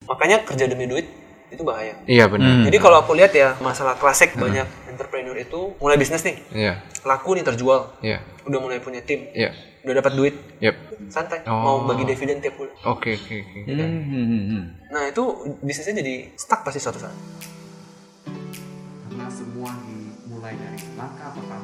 Makanya kerja demi duit itu bahaya. Iya benar. Jadi kalau aku lihat ya masalah klasik banyak entrepreneur itu mulai bisnis nih, Iya. laku nih terjual, Iya. udah mulai punya tim, Iya. udah dapat duit, Yep. santai, Oh. mau bagi dividen tiap bulan. Oke. Nah itu bisnisnya jadi stuck pasti suatu saat. Karena semua dimulai dari langkah pertama.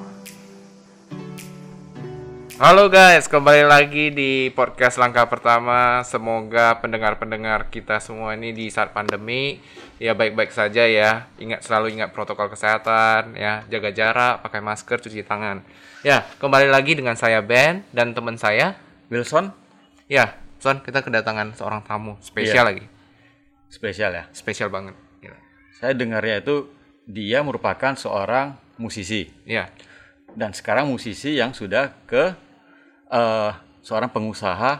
Halo guys, kembali lagi di podcast Langkah Pertama. Semoga pendengar-pendengar kita semua ini di saat pandemi ya baik-baik saja ya. Selalu ingat protokol kesehatan ya, jaga jarak, pakai masker, cuci tangan. Ya, kembali lagi dengan saya Ben dan teman saya Wilson. Ya, Son, kita kedatangan seorang tamu spesial lagi. Spesial ya. Spesial banget. Gila. Saya dengarnya itu dia merupakan seorang musisi. Ya. Dan sekarang musisi yang sudah ke seorang pengusaha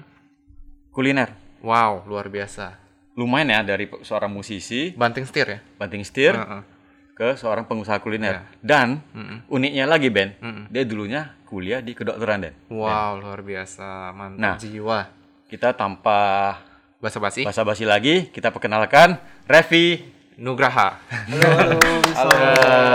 kuliner. Wow, luar biasa. Lumayan ya dari seorang musisi Banting setir ya? banting setir Heeh. ke seorang pengusaha kuliner. Ya. Dan uniknya lagi Ben, dia dulunya kuliah di kedokteran Den. Wow, luar biasa. Mantap Nah. jiwa. Kita tanpa Basa-basi. basa-basi lagi, kita perkenalkan Revi. Nugraha. Halo.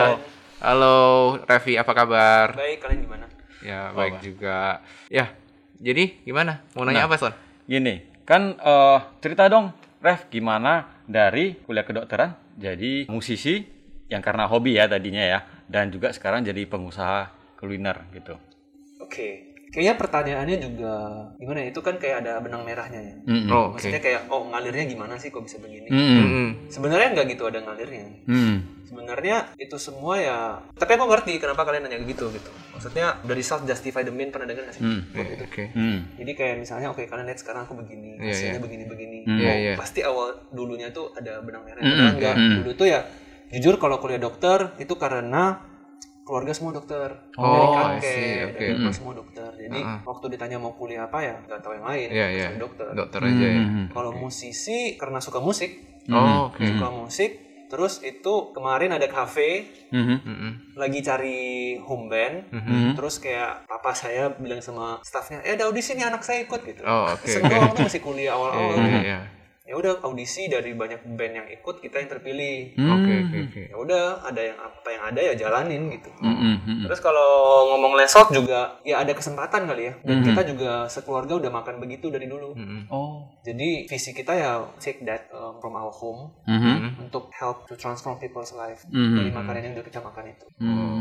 Halo Revi, apa kabar? Baik, kalian gimana? Ya, baik juga. Ya, jadi gimana? Mau nanya apa, Son? Gini, kan cerita dong, Rev, gimana dari kuliah kedokteran jadi musisi yang karena hobi ya tadinya ya, dan juga sekarang jadi pengusaha kuliner gitu. Oke. Kayaknya pertanyaannya juga gimana ya? Itu kan kayak ada benang merahnya ya. Oh, oke. Maksudnya kayak, ngalirnya gimana sih kok bisa begini? Sebenarnya nggak gitu ada ngalirnya. Sebenarnya itu semua ya. Tapi aku ngerti kenapa kalian nanya gitu. Maksudnya dari self justify the mean, pernah dengar nggak sih? Quote itu? Oke. Jadi kayak misalnya, oke kalian lihat sekarang aku begini, Iya, hasilnya iya. begini-begini. Iya, iya. Pasti awal dulunya tuh ada benang merah. Padahal enggak. Dulu tuh ya, jujur kalau kuliah dokter itu karena keluarga semua dokter. Dari I kakek, see, oke. dari bapak semua dokter. Jadi waktu ditanya mau kuliah apa ya, nggak tahu yang lain. Iya, iya. Kecuali dokter. Dokter aja ya. Kalau musisi karena suka musik, Oh, oke. suka musik. Terus itu kemarin ada kafe, lagi cari home band, terus kayak papa saya bilang sama staffnya, ada audisi nih anak saya ikut gitu. Oh, oke, Semua oke. orang tuh masih kuliah awal-awal. Iya. Ya udah audisi dari banyak band yang ikut, kita yang terpilih. Oke. Ya udah, ada yang apa yang ada ya jalanin gitu. Terus kalau ngomong lesot juga ya ada kesempatan kali ya. Dan kita juga sekeluarga udah makan begitu dari dulu. Oh. Jadi visi kita ya take that from our home untuk help to transform people's life dari makanan yang udah kita makan itu.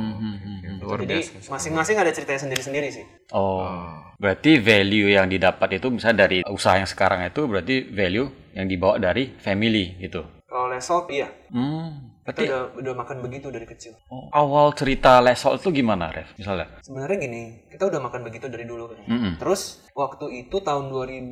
Luar Jadi biasa. masing-masing ada ceritanya sendiri-sendiri sih. Oh. Berarti value yang didapat itu misalnya dari usaha yang sekarang itu berarti value yang dibawa dari family gitu. Kalau lesot iya. Kita Berarti udah makan begitu dari kecil. awal cerita Lesol itu gimana, Rev? Misalnya? Sebenarnya gini, kita udah makan begitu dari dulu kan. Terus waktu itu tahun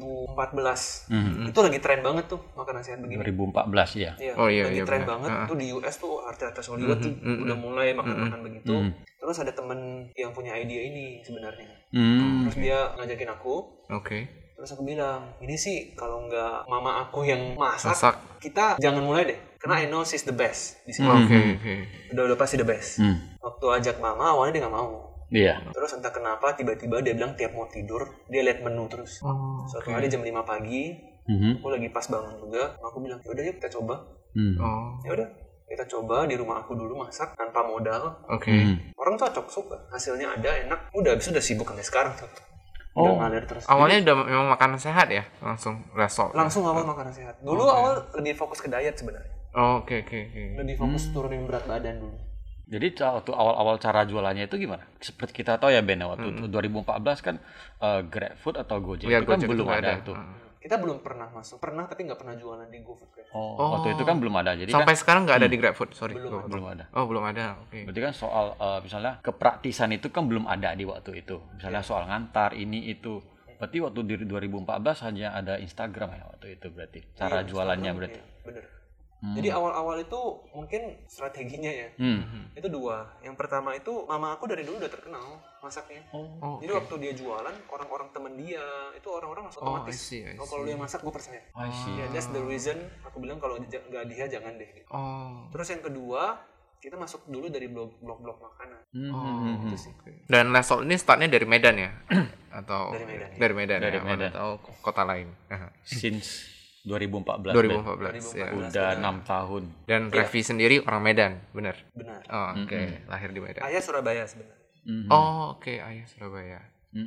2014 itu lagi tren banget tuh makan nasi begini. 2014 ya. Iya, Oh, iya, lagi iya, tren benar. banget tuh di US tuh artis-artis Hollywood tuh udah mulai makan-makan begitu. Terus ada temen yang punya ide ini sebenarnya. Terus dia ngajakin aku. Oke. Terus aku bilang, ini sih kalau nggak mama aku yang masak, Masak. kita jangan mulai deh. Karena I know she's the best di sini. Oke. Udah pasti the best. Waktu ajak mama, awalnya dia nggak mau. Iya. Terus entah kenapa tiba-tiba dia bilang tiap mau tidur, dia lihat menu terus. Suatu hari jam 5 pagi, aku lagi pas bangun juga, aku bilang, yaudah yuk kita coba. Oh. Ya udah, kita coba di rumah aku dulu masak tanpa modal. Oke. Orang cocok, suka. Hasilnya ada, enak. Udah, habis itu udah sibuk sampai sekarang tuh. Udah ngalir terus. Awalnya udah memang makanan sehat ya? Langsung resort. Langsung awal makanan sehat. Dulu awal lebih fokus ke diet sebenarnya. Oh, oke. Lebih fokus turunin berat badan dulu. Jadi waktu awal-awal cara jualannya itu gimana? Seperti kita tahu ya Ben, waktu 2014 kan GrabFood atau Gojek Ya, itu kan Gojek belum itu nggak ada ada. itu. Kita belum pernah masuk. Pernah tapi nggak pernah jualan di GoFood kan. Waktu itu kan belum ada. Jadi Sampai sekarang nggak ada di GrabFood, sorry. kan belum ada. Oh, belum ada. Oke. Berarti kan soal misalnya kepraktisan itu kan belum ada di waktu itu. Misalnya soal ngantar ini itu. Berarti waktu di 2014 hanya ada Instagram ya waktu itu berarti. Cara jualannya berarti. Iya, bener. Jadi awal-awal itu mungkin strateginya ya. Itu dua. Yang pertama itu mama aku dari dulu udah terkenal masaknya. Jadi waktu dia jualan, orang-orang temen dia itu orang-orang langsung otomatis. I see. Kalau dia masak, gue percaya. I see. Ya, that's the reason aku bilang kalau nggak dia jangan deh. Gitu. Oh. Terus yang kedua, kita masuk dulu dari blog-blog makanan. Itu sih. Dan Lesol ini startnya dari Medan ya? Atau Dari Medan, ya. Dari Medan. Dari ya? Medan. Atau kota lain. Since 2014. 2014 ya. Udah 6 tahun. Dan Revi sendiri orang Medan, benar? Benar. Oh, oke. Lahir di Medan. Ayah Surabaya sebenarnya. Oh, oke. Ayah Surabaya.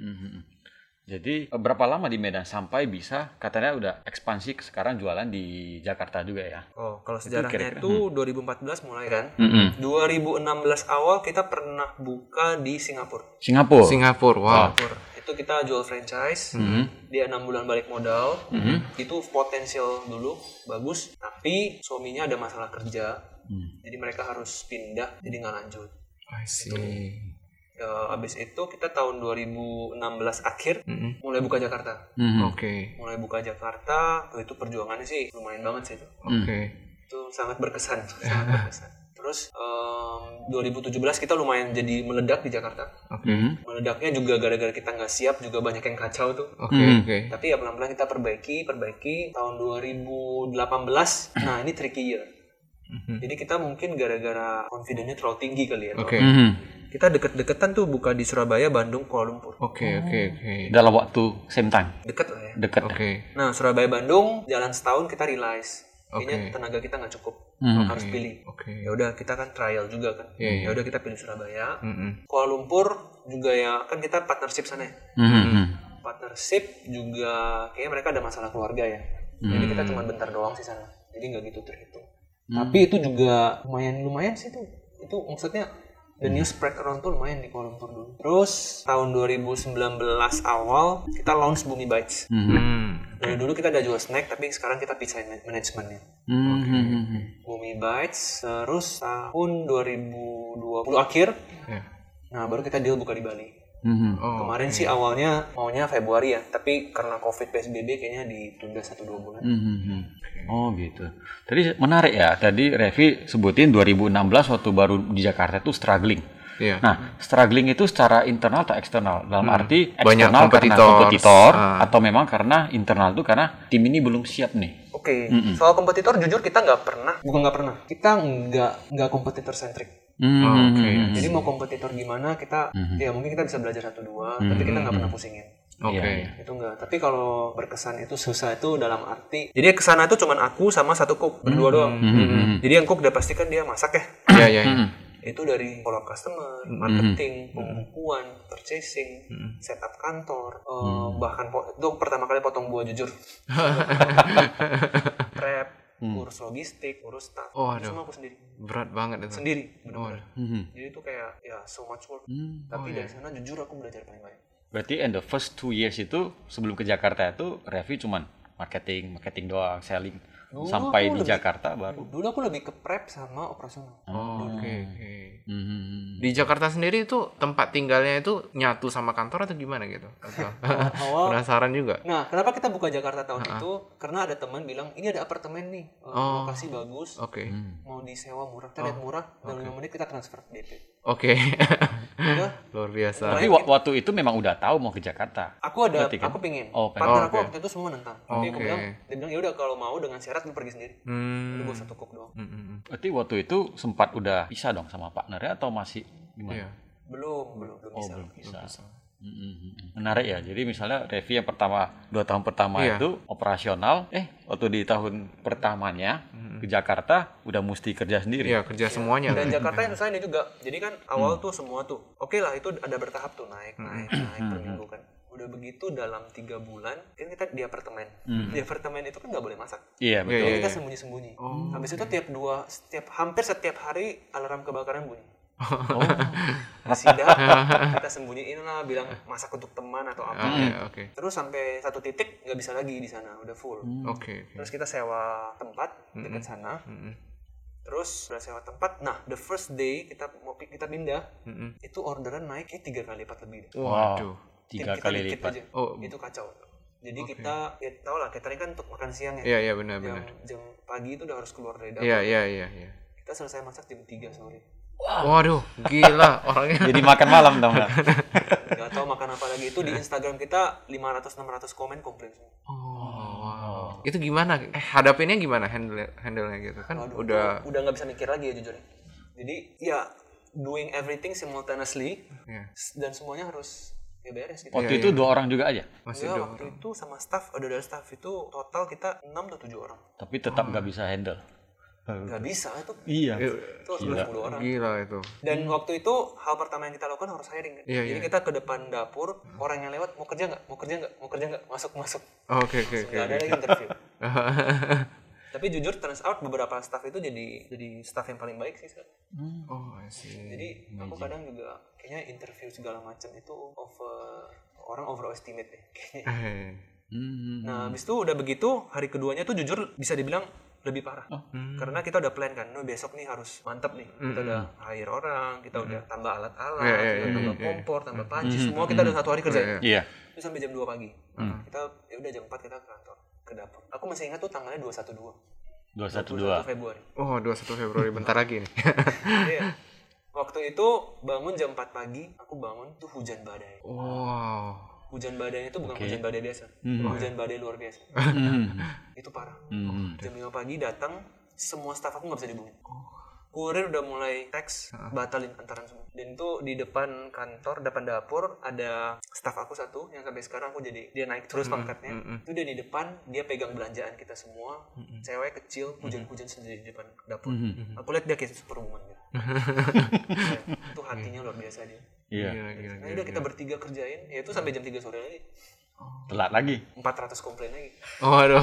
Jadi berapa lama di Medan sampai bisa katanya udah ekspansi sekarang jualan di Jakarta juga ya? Oh, kalau sejarahnya itu 2014 mulai kan. 2016 awal kita pernah buka di Singapura. Singapura, wow. Itu kita jual franchise. Dia 6 bulan balik modal. Itu potensial dulu bagus, tapi suaminya ada masalah kerja. Jadi mereka harus pindah, jadi nggak lanjut. I see. Abis itu kita tahun 2016 akhir mulai buka Jakarta. Oke. Mulai buka Jakarta, itu perjuangannya sih lumayan banget sih itu. Oke. Itu sangat berkesan, sangat berkesan. Terus 2017 kita lumayan jadi meledak di Jakarta. Meledaknya juga gara-gara kita nggak siap, juga banyak yang kacau tuh. Oke. Tapi ya pelan-pelan kita perbaiki. Tahun 2018, nah ini tricky year. Jadi kita mungkin gara-gara confidence-nya terlalu tinggi kali ya. Oke. Kita deket-deketan tuh buka di Surabaya, Bandung, Kuala Lumpur. Oke. Dalam waktu same time. Deket lah ya. Dekat. Oke. Nah, Surabaya, Bandung jalan setahun kita realize kayaknya tenaga kita nggak cukup. Harus pilih. Ya udah kita kan trial juga kan. Ya udah kita pilih Surabaya. Kuala Lumpur juga ya kan kita partnership sana ya. Partnership juga kayaknya mereka ada masalah keluarga ya. Jadi kita cuma bentar doang sih sana. Jadi nggak gitu terhitung. Tapi itu juga lumayan sih tuh. Itu maksudnya the news spread around tuh lumayan di Kuala Lumpur dulu. Terus tahun 2019 awal kita launch Bumi Bites. Dari dulu kita udah jual snack, tapi sekarang kita pisahin manajemennya. Bumi Bites. Terus tahun 2020 akhir, nah baru kita deal buka di Bali. Kemarin sih awalnya maunya Februari ya, tapi karena COVID PSBB kayaknya ditunda 1-2 bulan. Oh gitu. Tadi menarik ya. Tadi Revi sebutin 2016 waktu baru di Jakarta itu struggling. Nah, struggling itu secara internal atau eksternal? Dalam arti eksternal karena kompetitor atau memang karena internal itu karena tim ini belum siap nih. Oke. Soal kompetitor jujur kita nggak pernah. Kita nggak kompetitor centric. Jadi mau kompetitor gimana kita ya mungkin kita bisa belajar 1-2 tapi kita nggak pernah pusingin. Itu enggak. Tapi kalau berkesan itu susah itu dalam arti jadi kesana itu cuman aku sama satu cook berdua doang. Jadi yang cook udah pasti kan dia masak ya. Iya. Itu dari follow up customer, marketing, pembukuan, purchasing, setup kantor, bahkan itu pertama kali potong buah jujur. Prep, urus logistik, urus staff, semua aku sendiri. Berat banget itu. Sendiri, benar-benar. Jadi itu kayak ya so much work. Tapi dari sana jujur aku belajar paling banyak. Berarti in the first 2 years itu sebelum ke Jakarta itu Revi cuman marketing doang, selling. Dulu sampai di Jakarta baru. Dulu aku lebih ke prep sama operasional. Oke. Di Jakarta sendiri itu tempat tinggalnya itu nyatu sama kantor atau gimana gitu? Penasaran juga. Nah, kenapa kita buka Jakarta tahun itu? Karena ada teman bilang, ini ada apartemen nih, lokasi bagus, mau disewa murah. Kita lihat murah, dalam 5 menit kita transfer DP. Oke. Luar biasa. Tapi waktu itu memang udah tahu mau ke Jakarta. Aku pingin. Partner aku waktu itu semua nentang. Tapi dia bilang, ya udah kalau mau dengan syarat lu pergi sendiri. Udah gue satu cook doang. Berarti waktu itu sempat udah bisa dong sama partnernya atau masih gimana? Belum bisa. Menarik ya. Jadi misalnya Revi yang 2 tahun pertama itu operasional, waktu di tahun pertamanya ke Jakarta udah mesti kerja sendiri. Iya, kerja semuanya. Dan Jakarta yang susah ini juga. Jadi kan awal tuh semua tuh, oke lah itu ada bertahap tuh naik per minggu kan. Udah begitu dalam 3 bulan kan kita di apartemen. Di apartemen itu kan nggak boleh masak. Iya betul. Jadi kita sembunyi-sembunyi. Habis itu hampir setiap hari alarm kebakaran bunyi. Sidak kita sembunyiin lah, bilang masak untuk teman atau apa. Terus sampai satu titik nggak bisa lagi di sana, udah full. Terus kita sewa tempat dekat sana. Terus udah sewa tempat, nah the first day kita pindah, itu orderan naik 3 kali lipat lebih. Waduh, 3 kali lipat. Itu kacau. Jadi kita ya tau lah, catering kan untuk makan siang ya. Iya benar. Jam pagi itu udah harus keluar dari dapur. Iya. Kita selesai masak jam 3 sore. Waduh, gila orangnya. Jadi makan malam dong. Gak tau makan apa lagi. Itu di Instagram kita 500-600 komen komplain semua. Wow. Itu gimana? Hadapinnya gimana handle-nya gitu kan? Udah nggak bisa mikir lagi ya jujur. Jadi ya doing everything simultaneously dan semuanya harus ya beres gitu. Waktu itu 2 orang juga aja? Masih ya, 2 waktu orang. itu sama staff, ada staff itu total kita 6 atau 7 orang. Tapi tetap nggak bisa handle? Nggak bisa itu. Iya. Itu harus 10 orang. Gila itu. Dan waktu itu hal pertama yang kita lakukan harus hiring kan. Iya, Jadi kita ke depan dapur, orang yang lewat mau kerja nggak, masuk. Oke. Nggak ada lagi interview. Tapi jujur turns out beberapa staff itu jadi staff yang paling baik sih sekarang. Oh, I see. Jadi aku kadang juga kayaknya interview segala macam itu orang overestimate deh kayaknya. Nah, habis itu udah begitu, hari keduanya tuh jujur bisa dibilang lebih parah. Karena kita udah plan kan, besok nih harus mantap nih. Kita udah hire orang, kita udah tambah alat-alat, kita tambah kompor, tambah panci, semua kita udah 1 hari kerjain. Iya. Itu sampai jam 2 pagi. Kita ya udah jam 4 kita ke kantor, ke dapur. Aku masih ingat tuh tanggalnya 21 Februari. Oh, 21 Februari bentar lagi nih. Iya. Waktu itu bangun jam 4 pagi, aku bangun tuh hujan badai. Wow. Hujan badainya itu bukan hujan badai biasa. Hujan badai luar biasa. Itu parah. Jam 5 pagi datang, semua staff aku nggak bisa dihubungin. Kurir udah mulai teks, batalin antaran semua. Dan itu di depan kantor, depan dapur, ada staff aku satu, yang sampai sekarang aku jadi, dia naik terus pangkatnya. Itu dia di depan, dia pegang belanjaan kita semua. Cewek kecil, hujan-hujan sendiri di depan dapur. Aku lihat dia kayak superwoman gitu. Itu hatinya luar biasa dia. Iya. Nah udah kita bertiga kerjain, ya itu sampai jam 3 sore lagi. Telat lagi? 400 komplain lagi. Oh, aduh.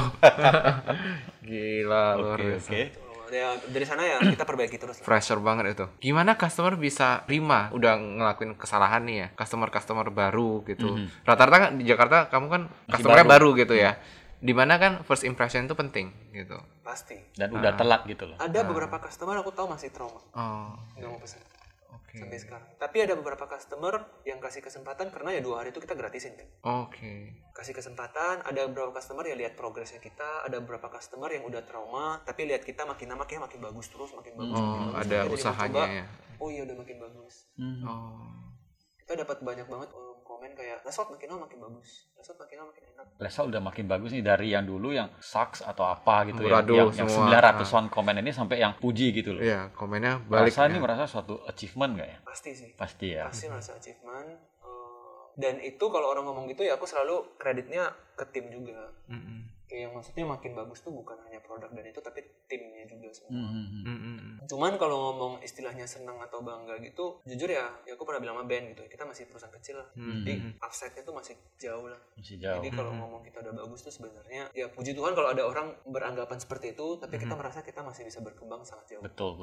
Gila, luar biasa. Oke. Ya dari sana ya kita perbaiki terus lah. Pressure banget itu. Gimana customer bisa terima udah ngelakuin kesalahan nih ya? Customer baru gitu. Rata-rata kan di Jakarta kamu kan customernya baru gitu ya. Dimana kan first impression itu penting gitu. Pasti. Dan udah telat gitu loh. Ada beberapa customer aku tahu masih trauma. Oh. Nggak mau pesan. Oke. Sampai sekarang. Tapi ada beberapa customer yang kasih kesempatan karena ya 2 hari itu kita gratisin kan. Oke. Kasih kesempatan, ada beberapa customer yang lihat progresnya kita, ada beberapa customer yang udah trauma tapi lihat kita makin lama kayak makin bagus terus, makin bagus. Oh, ada Kita jadi usahanya mencoba, ya. Oh iya udah makin bagus. Oh. Kita dapat banyak banget komen kayak Lesot makin lama makin bagus, Lesot makin lama makin enak. Lesot udah makin bagus nih dari yang dulu yang sucks atau apa gitu Amburadul yang semua. 900-an komen ini sampai yang puji gitu loh. Iya, komennya balik. Ini merasa suatu achievement nggak ya? Pasti sih. Pasti ya. Pasti merasa achievement. Dan itu kalau orang ngomong gitu ya aku selalu kreditnya ke tim juga. Kayak yang maksudnya makin bagus tuh bukan hanya produk dan itu tapi timnya juga semua. Cuman kalau ngomong istilahnya senang atau bangga gitu, jujur ya aku pernah bilang sama Ben gitu, kita masih perusahaan kecil lah. Jadi upside-nya tuh masih jauh lah. Masih jauh. Jadi kalau ngomong kita udah bagus tuh sebenarnya ya puji Tuhan kalau ada orang beranggapan seperti itu, tapi kita merasa kita masih bisa berkembang sangat jauh. Betul.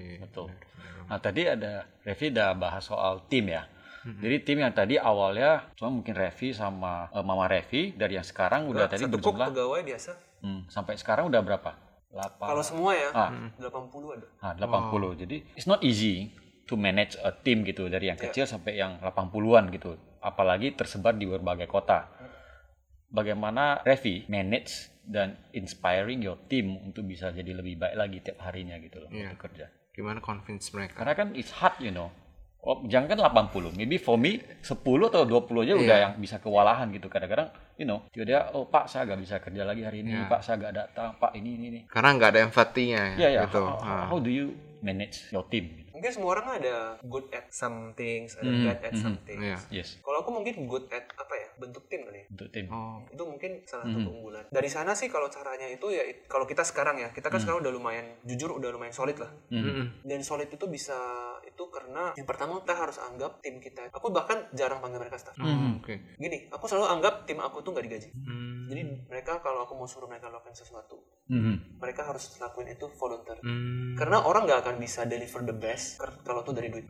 Nah tadi ada Revi udah bahas soal tim ya. Jadi tim yang tadi awalnya cuma mungkin Revi sama Mama Revi, dari yang sekarang udah tadi berjumlah pegawai biasa. Sampai sekarang udah berapa? 8. Kalau semua ya 80 ada. 80. Jadi it's not easy to manage a team gitu dari yang kecil sampai yang 80-an gitu. Apalagi tersebar di berbagai kota. Bagaimana Revi manage dan inspiring your team untuk bisa jadi lebih baik lagi tiap harinya gitu loh untuk kerja. Gimana convince mereka? Karena kan it's hard, you know. Oh, jangan kan 80, maybe for me 10 atau 20 aja udah yang bisa kewalahan gitu. Kadang-kadang, you know, dia Pak saya gak bisa kerja lagi hari ini, Pak saya gak datang, Pak ini. Karena nggak ada empatinya ya. Gitu. How do you manage your team? Mungkin semua orang ada good at some things, ada bad at some things. Yes. Kalau aku mungkin good at apa ya, bentuk tim kali ya. Untuk tim. Itu mungkin salah satu keunggulan. Dari sana sih kalau caranya itu ya, kalau kita sekarang ya, kita kan sekarang udah lumayan, jujur udah lumayan solid lah. Dan solid itu bisa, itu karena yang pertama kita harus anggap tim kita. Aku bahkan jarang panggil mereka staff. Gini, aku selalu anggap tim aku tuh gak digaji. Jadi mereka kalau aku mau suruh mereka lakukan sesuatu, mereka harus lakuin itu volunteer. Karena orang gak akan bisa deliver the best kalau tuh dari duit.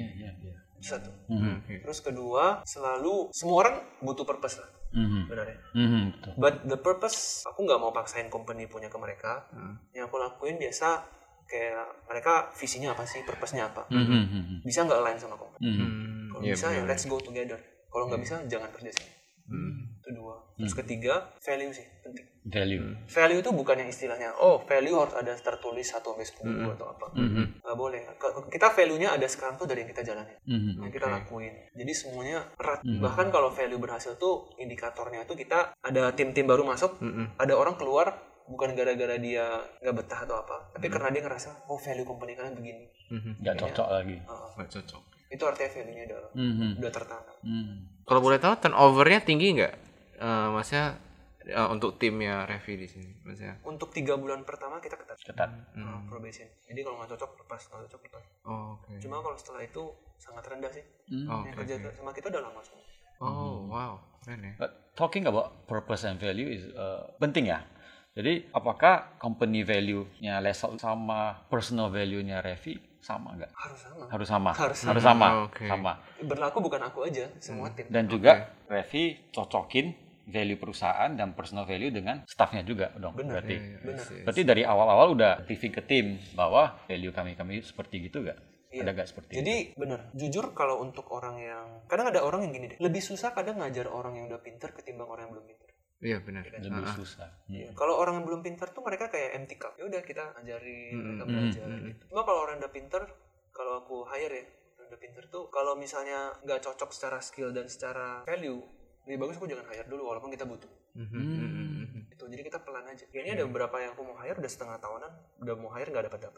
Satu. Terus kedua, selalu semua orang butuh purpose lah. Benar ya. But the purpose, aku nggak mau paksain company punya ke mereka. Yang aku lakuin biasa kayak mereka visinya apa sih, purpose-nya apa. Bisa nggak align sama company. Kalau bisa ya let's go together. Kalau nggak bisa jangan kerja sama. Itu dua. Terus ketiga, value sih penting. Value itu bukan yang istilahnya value harus ada tertulis 1-10 atau apa. Nggak boleh. Kita value-nya ada sekarang tuh dari yang kita jalanin, yang kita lakuin. Jadi semuanya erat. Bahkan kalau value berhasil tuh indikatornya tuh kita ada tim-tim baru masuk, ada orang keluar bukan gara-gara dia nggak betah atau apa, tapi karena dia ngerasa value company kalian begini. Nggak cocok lagi. Nggak cocok. Itu artinya value-nya udah tertanam. Kalau boleh tahu turnover-nya tinggi nggak? Maksudnya untuk timnya Revi di sini, maksudnya. Untuk 3 bulan pertama kita ketat. Probation. Jadi kalau nggak cocok lepas. Okay. Cuma kalau setelah itu sangat rendah sih. Yang kerja sama kita udah lama semua. Wow, keren ya. But talking about purpose and value is penting ya. Jadi apakah company value-nya Lesol sama personal value-nya Revi sama nggak? Harus sama. Okay. Sama. Berlaku bukan aku aja, semua tim. Dan juga Revi cocokin value perusahaan dan personal value dengan staffnya juga dong. Benar. Berarti dari awal-awal udah briefing ke tim bahwa value kami seperti gitu nggak? Iya. Ada nggak seperti itu? Jadi benar. Jujur kalau untuk orang yang kadang ada orang yang gini deh, lebih susah kadang ngajar orang yang udah pinter ketimbang orang yang belum pinter. Iya benar. Lebih susah. Iya. Kalau orang yang belum pinter tuh mereka kayak empty cup. Ya udah kita ajarin, kita belajar. Gitu. Cuma kalau orang yang udah pinter, kalau aku hire ya, orang udah pinter tuh kalau misalnya nggak cocok secara skill dan secara value, lebih bagus aku jangan hire dulu walaupun kita butuh. Itu jadi kita pelan aja. Kayaknya ada beberapa yang aku mau hire udah setengah tahunan, udah mau hire nggak dapat.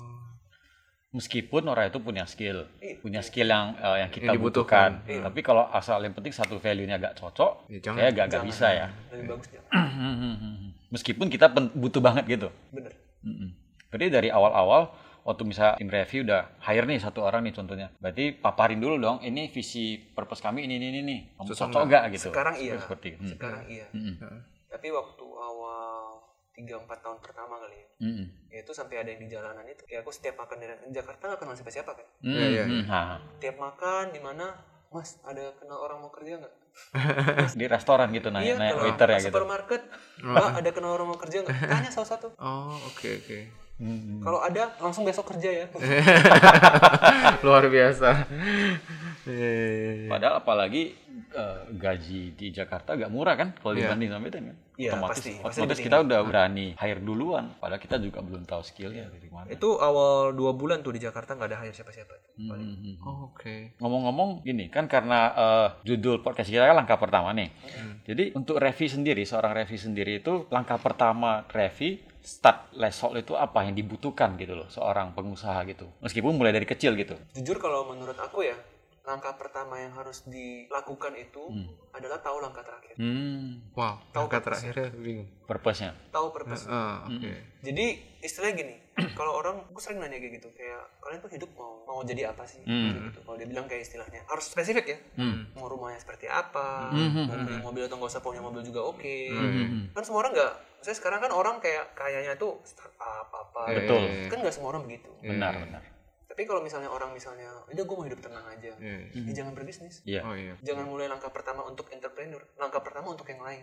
Meskipun orang itu punya skill yang kita butuhkan. Tapi kalau asal yang penting satu value-nya agak cocok, saya agak bisa ya. Lebih bagus ya. Meskipun kita butuh banget gitu. Bener. Berarti dari awal-awal waktu misalnya tim review udah hire nih satu orang nih contohnya. Berarti paparin dulu dong, ini visi purpose kami ini. Kamu cocok nggak gitu? Sekarang iya. Sekarang iya. Tapi waktu awal 3-4 tahun pertama kali ya. Itu sampai ada yang di jalanan itu. Kayak aku setiap makan di Jakarta nggak kenal siapa-siapa kan. Tiap makan di mana, Mas ada kenal orang mau kerja nggak? Di restoran gitu naik waiter ya gitu. Supermarket, Mbak ada kenal orang mau kerja nggak? Tanya salah satu. Oke. Kalau ada langsung besok kerja ya. Luar biasa. Padahal apalagi gaji di Jakarta agak murah kan kalau dibanding sama Medan kan. Iya, otomatis kita udah berani hire duluan. Padahal kita juga belum tahu skillnya dari mana. Itu awal 2 bulan tuh di Jakarta nggak ada hire siapa-siapa. Oke. Ngomong-ngomong gini kan karena judul podcast kita kan langkah pertama nih. Jadi untuk Revi sendiri, seorang Revi sendiri itu langkah pertama Revi start Lesol itu apa yang dibutuhkan gitu loh seorang pengusaha gitu. Meskipun mulai dari kecil gitu. Jujur kalau menurut aku ya, langkah pertama yang harus dilakukan itu adalah tahu langkah terakhir. Wow, langkah terakhirnya bingung. Purpose-nya. Tahu purpose. Jadi istilahnya gini, kalau orang, aku sering nanya kayak gitu, kayak kalian tuh hidup mau jadi apa sih? Gitu. Kalau dia bilang kayak istilahnya, harus spesifik ya. Mau rumahnya seperti apa, mau punya mobil atau nggak usah punya mobil juga oke. Kan semua orang nggak, maksudnya sekarang kan orang kayak kayaknya tuh startup apa. Betul. Kan nggak semua orang begitu. Benar. Tapi kalau misalnya orang udah gue mau hidup tenang aja, ya jangan berbisnis. Jangan mulai langkah pertama untuk entrepreneur, langkah pertama untuk yang lain.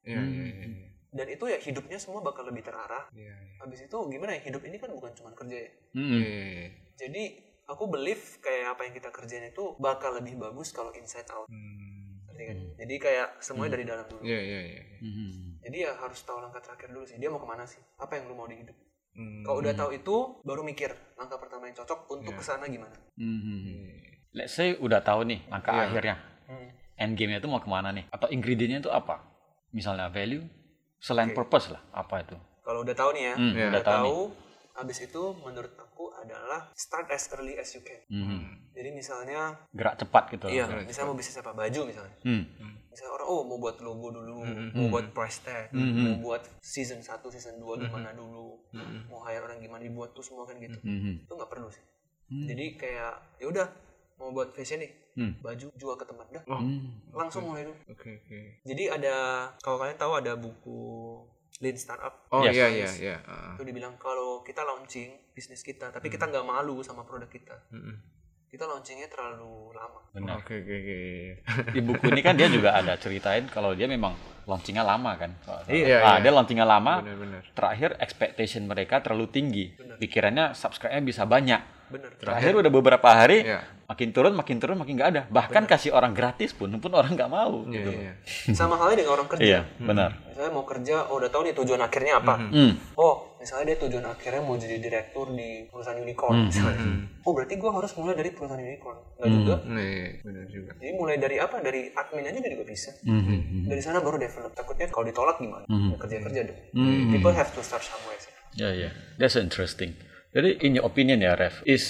Dan itu ya hidupnya semua bakal lebih terarah. Habis itu gimana ya, hidup ini kan bukan cuma kerja ya. Jadi aku believe kayak apa yang kita kerjain itu bakal lebih bagus kalau inside out. Jadi kayak semuanya dari dalam dulu. Jadi ya harus tahu langkah terakhir dulu sih. Dia mau kemana sih? Apa yang lu mau di hidup? Kalau udah tahu itu, baru mikir langkah pertama yang cocok untuk kesana gimana. Let's say udah tahu nih langkah akhirnya, end game-nya itu mau kemana nih? Atau ingredient-nya itu apa? Misalnya value, selain purpose lah, apa itu? Kalau udah tahu nih ya, udah tahu, habis itu menurut aku adalah start as early as you can. Jadi misalnya gerak cepat gitu. Iya, misalnya mau bisnis apa, baju misalnya. Misalnya orang mau buat logo dulu, mau buat price tag, mau buat season 1, season 2 gimana dulu, mau hire orang gimana dibuat tuh semua kan gitu. Itu nggak perlu sih. Jadi kayak ya udah mau buat fashion nih, baju jual ke tempat dah, langsung mulai dulu. Jadi ada, kalau kalian tahu ada buku Lean Startup. Iya. Itu dibilang kalau kita launching bisnis kita, tapi kita nggak malu sama produk kita. Kita launchingnya terlalu lama. Benar. Di buku ini kan dia juga ada ceritain kalau dia memang launchingnya lama kan. Dia launchingnya lama. Bener. Terakhir expectation mereka terlalu tinggi. Pikirannya subscribe-nya bisa banyak. Terakhir udah beberapa hari makin turun makin nggak ada. Bahkan kasih orang gratis pun orang nggak mau. Gitu. Sama halnya dengan orang kerja. Iya, benar. Misalnya mau kerja, udah tahu nih tujuan akhirnya apa. Misalnya dia tujuan akhirnya mau jadi direktur di perusahaan unicorn misalnya. Berarti gue harus mulai dari perusahaan unicorn. Nggak juga. Benar juga. Jadi mulai dari apa? Dari admin aja juga bisa. Dari sana baru develop. Takutnya kalau ditolak gimana? Kerja-kerja dong. People have to start somewhere. Yeah. That's interesting. Jadi in your opinion ya Rev, is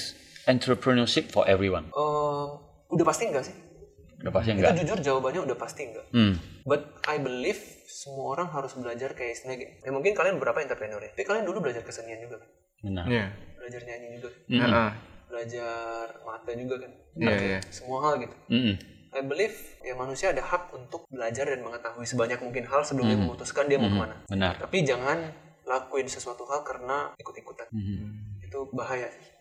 entrepreneurship for everyone? Udah pasti enggak sih? Udah pasti enggak. Itu jujur jawabannya udah pasti enggak. But I believe semua orang harus belajar kayak istilahnya. Ya mungkin kalian beberapa entrepreneur ya, tapi kalian dulu belajar kesenian juga kan? Benar. Belajar nyanyi juga. Belajar mata juga kan? Semua hal gitu. I believe ya manusia ada hak untuk belajar dan mengetahui sebanyak mungkin hal sebelum dia memutuskan dia mau kemana. Benar. Tapi jangan lakuin sesuatu hal karena ikut-ikutan. Itu bahaya sih.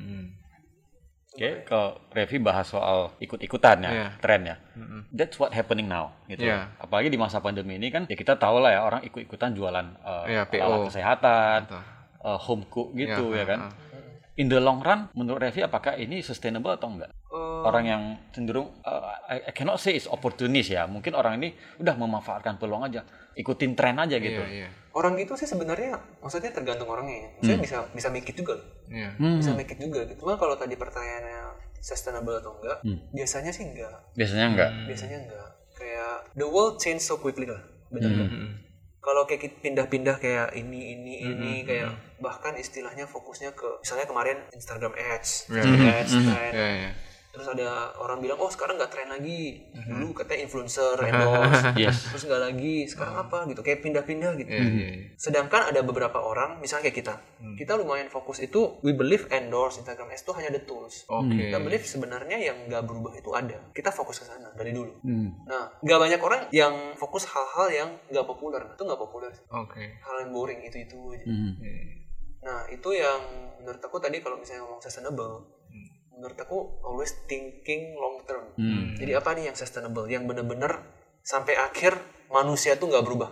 Oke, kalau Revi bahas soal ikut-ikutan ya, tren ya. That's what happening now gitu. Apalagi di masa pandemi ini kan ya kita tahu lah ya orang ikut-ikutan jualan alat kesehatan, home cook gitu ya kan. In the long run menurut Revi apakah ini sustainable atau enggak? Orang yang cenderung I cannot say is opportunist ya. Mungkin orang ini udah memanfaatkan peluang aja, ikutin tren aja gitu. Orang gitu sih sebenarnya maksudnya tergantung orangnya ya. Maksudnya bisa make it juga loh. Bisa make it juga gitu. Cuma kalau tadi pertanyaannya sustainable atau enggak, biasanya sih enggak. Biasanya enggak. Kayak the world change so quickly lah. Benar kan? Kalau kayak pindah-pindah kayak ini kayak bahkan istilahnya fokusnya ke misalnya kemarin Instagram ads, trend. Terus ada orang bilang, oh sekarang nggak tren lagi. Dulu katanya influencer, endorse. Terus nggak lagi, sekarang apa gitu. Kayak pindah-pindah gitu. Sedangkan ada beberapa orang, misalnya kayak kita. Kita lumayan fokus itu, we believe endorse, Instagram ads itu hanya the tools. Kita believe sebenarnya yang nggak berubah itu ada. Kita fokus ke sana dari dulu. Nah, nggak banyak orang yang fokus hal-hal yang nggak populer. Itu nggak populer. Hal yang boring, itu aja. Nah, itu yang menurut aku tadi kalau misalnya ngomong sustainable, menurut aku always thinking long term. Jadi apa nih yang sustainable, yang benar-benar sampai akhir manusia tuh nggak berubah.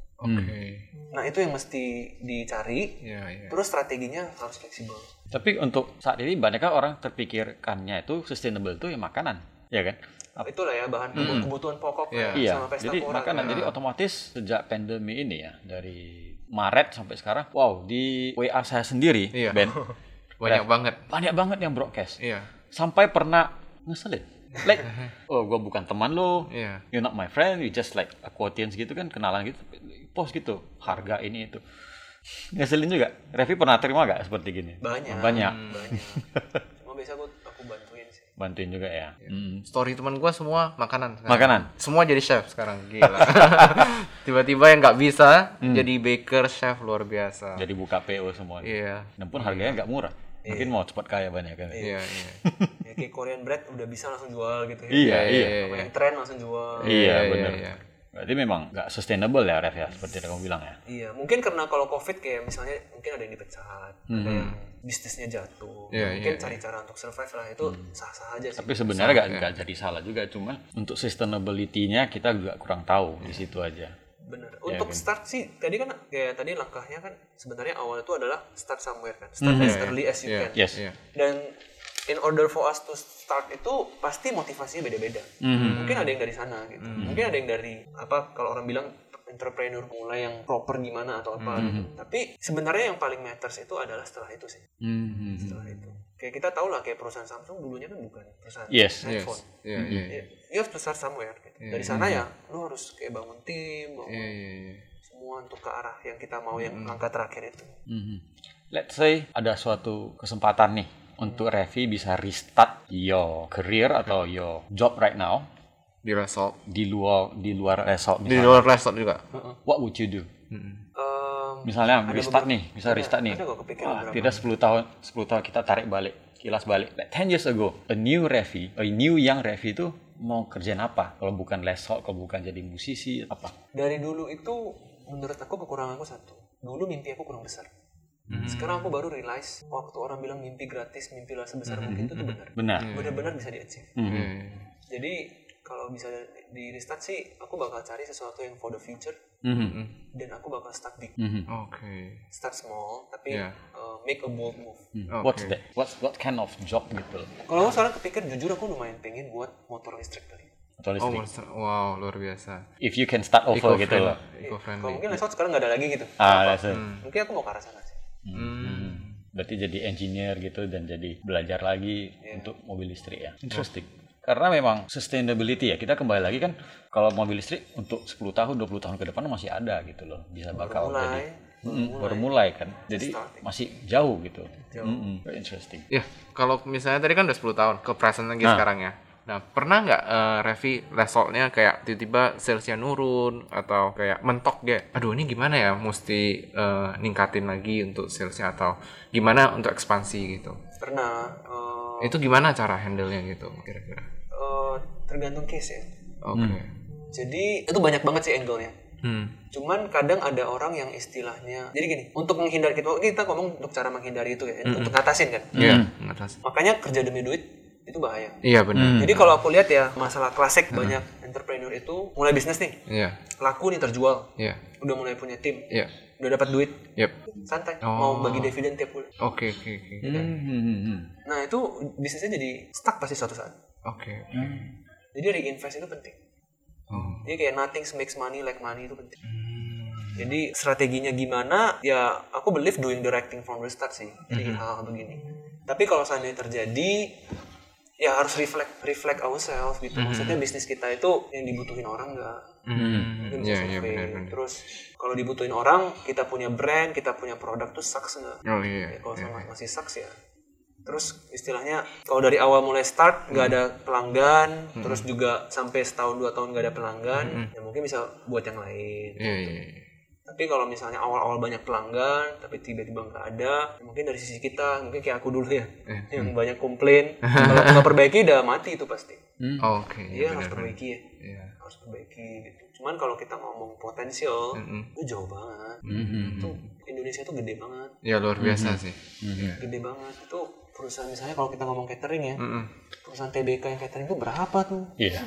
Nah itu yang mesti dicari. Terus strateginya harus fleksibel. Tapi untuk saat ini banyak orang terpikirkannya itu sustainable itu ya makanan, ya kan? Itulah ya bahan kebutuhan pokok sama pesta jadi pora. Makanan. Jadi otomatis sejak pandemi ini ya dari Maret sampai sekarang, wow di WA saya sendiri, Ben. Banyak banget yang broadcast. Sampai pernah ngeselin. Like, oh gue bukan teman lo, you're not my friend, you just like acquaintance gitu kan, kenalan gitu, post gitu, harga ini itu. Ngeselin juga. Revi pernah terima gak seperti gini? Banyak. Cuma biasa aku bantuin sih. Bantuin juga ya. Story teman gue semua makanan. Makanan. Semua jadi chef sekarang, gila. Tiba-tiba yang nggak bisa jadi baker, chef luar biasa. Jadi buka PO semua. Dan pun harganya nggak murah. Mungkin mau cepat kaya banyak kan. Ya, kayak Korean bread udah bisa langsung jual gitu ya. Iya. Yang tren langsung jual. Iya, benar. Berarti memang nggak sustainable ya, Ref ya, seperti yang kamu bilang ya. Iya, mungkin karena kalau COVID kayak misalnya mungkin ada yang dipecat, ada yang bisnisnya jatuh, mungkin cari cara untuk survive lah, itu sah-sah aja sih. Tapi sebenarnya nggak jadi salah juga, cuma untuk sustainability-nya kita juga kurang tahu di situ aja. Bener. Untuk start sih, tadi kan kayak tadi langkahnya kan sebenarnya awal itu adalah start somewhere kan, start as early as you can. Dan in order for us to start itu pasti motivasinya beda-beda. Mungkin ada yang dari sana gitu. Mungkin ada yang dari apa kalau orang bilang entrepreneur mulai yang proper gimana atau apa gitu. Tapi sebenarnya yang paling matters itu adalah setelah itu sih. Setelah itu. Kayak kita tahu lah kayak perusahaan Samsung dulunya kan bukan perusahaan handphone. You have to start somewhere gitu. Dari sana ya lu harus kayak bangun tim, semua untuk ke arah yang kita mau yang langkah terakhir itu. Let's say ada suatu kesempatan nih untuk Revi bisa restart your career atau your job right now di resort, di luar resort misalnya. Di luar resort juga. What would you do? Misalnya restart nih, tidak 10 tahun kita tarik balik, kilas balik. Like 10 years ago, a new young Revi itu mau kerjaan apa? Kalau bukan resort, kalau bukan jadi musisi, apa? Dari dulu itu menurut aku kekurangan aku satu. Dulu mimpi aku kurang besar. Sekarang aku baru realize waktu orang bilang mimpi gratis, mimpilah sebesar mungkin itu tuh benar. Benar-benar bisa di-achieve. Jadi kalau bisa di restart sih aku bakal cari sesuatu yang for the future. Dan aku bakal start big. Start small tapi make a bold move. What's that? What kind of job gitu? Kalau aku sekarang kepikir jujur aku lumayan pengen buat motor listrik kali. Wow, luar biasa. If you can start over gitu loh. Kalau mungkin resort sekarang nggak ada lagi gitu. Mungkin aku mau ke arah sana sih. Berarti jadi engineer gitu dan jadi belajar lagi untuk mobil listrik ya. Interesting. Karena memang sustainability ya, kita kembali lagi kan kalau mobil listrik untuk 10 tahun, 20 tahun ke depan masih ada gitu loh. Bisa bakal jadi baru mulai kan. Jadi masih jauh gitu. Very interesting. Ya, kalau misalnya tadi kan udah 10 tahun ke present lagi sekarang ya. Nah, pernah nggak Revi lesolnya kayak tiba-tiba salesnya nurun atau kayak mentok dia? Aduh, ini gimana ya? Mesti ningkatin lagi untuk salesnya atau gimana untuk ekspansi gitu? Pernah. Itu gimana cara handle-nya gitu kira-kira? Tergantung case ya. Oke. Jadi itu banyak banget sih angle-nya. Cuman kadang ada orang yang istilahnya, jadi gini, untuk menghindari, kita ngomong untuk cara menghindari itu ya, untuk ngatasin kan. Iya, ngatasin. Makanya kerja demi duit itu bahaya. Iya benar. Jadi kalau aku lihat ya, masalah klasik banyak entrepreneur itu mulai bisnis nih. Iya. Laku nih, terjual. Iya. Udah mulai punya tim. Iya. Udah dapat duit. Yep. Santai. Mau bagi dividen tiap bulan. Oke. Nah, itu bisnisnya jadi stuck pasti suatu saat. Oke. Jadi reinvest itu penting. Jadi kayak nothing makes money like money itu penting. Jadi strateginya gimana? Ya aku believe doing the right thing from the start sih. Jadi hal-hal begini. Tapi kalau seandainya terjadi, ya harus reflect ourselves gitu. Maksudnya bisnis kita itu yang dibutuhin orang nggak? Iya benar. Terus kalau dibutuhin orang, kita punya brand, kita punya produk tuh sucks nggak? Oh iya. Ya, kalau masih sucks ya. Terus istilahnya kalau dari awal mulai start nggak ada pelanggan, terus juga sampai setahun 2 tahun nggak ada pelanggan, ya mungkin bisa buat yang lain. Iya. Tapi kalau misalnya awal-awal banyak pelanggan, tapi tiba-tiba nggak ada, ya mungkin dari sisi kita, mungkin kayak aku dulu ya, yang banyak komplain, kalau nggak perbaiki udah mati itu pasti. Oke. Iya harus perbaiki ya, Iya. harus perbaiki gitu. Cuman kalau kita ngomong potensial, itu jauh banget. Itu Indonesia tuh gede banget. Ya luar biasa sih. Gede banget itu. Perusahaan misalnya kalau kita ngomong catering ya, perusahaan TBK yang catering itu berapa tuh? Iya.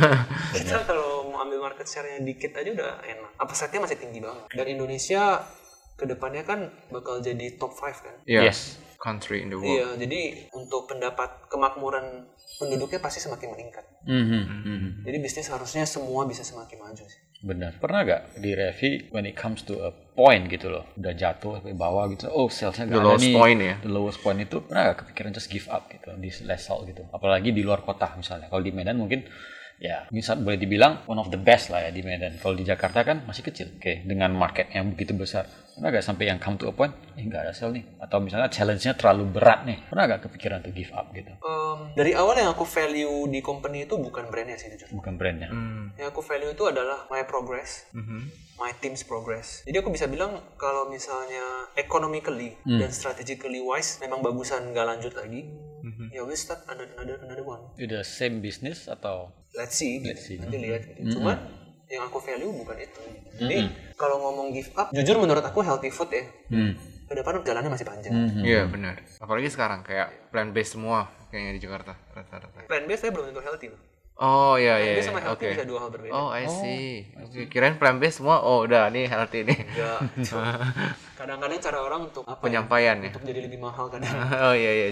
Kita kalau mau ambil market share-nya dikit aja udah enak. Upside-nya masih tinggi banget. Dan Indonesia kedepannya kan bakal jadi top 5 kan? Yes. Country in the world. Iya, jadi untuk pendapat kemakmuran penduduknya pasti semakin meningkat. Jadi bisnis harusnya semua bisa semakin maju sih. Benar. Pernah gak di Revi when it comes to a point gitu loh, udah jatuh ke bawah gitu, salesnya gak ada nih, point ya? The lowest point itu pernah gak kepikiran just give up gitu di Lesal gitu, apalagi di luar kota misalnya. Kalau di Medan mungkin ya bisa boleh dibilang one of the best lah ya di Medan. Kalau di Jakarta kan masih kecil, dengan market yang begitu besar. Pernah gak sampai yang come to a point, gak ada sale nih, atau misalnya challenge-nya terlalu berat nih, pernah gak kepikiran to give up gitu? Dari awal yang aku value di company itu bukan brandnya sih jujur. Bukan brandnya. Yang aku value itu adalah my progress, my team's progress. Jadi aku bisa bilang kalau misalnya economically dan strategically wise memang bagusan nggak lanjut lagi, ya we start another one. Itu the same business atau? Let's see. Nanti lihat. Gitu. Cuman yang aku value bukan itu. Jadi kalau ngomong give up, jujur menurut aku healthy food ya. Ke depan jalannya masih panjang. Iya benar. Apalagi sekarang kayak plant based semua kayaknya di Jakarta rata-rata. Plant based saya belum tentu healthy loh. Oh iya. Plant based sama healthy bisa dua hal berbeda. Oh I see. Kirain plant based semua. Oh udah nih healthy nih. Enggak. Kadang-kadang cara orang untuk apa? Penyampaian ya. Untuk jadi lebih mahal kadang. Oh iya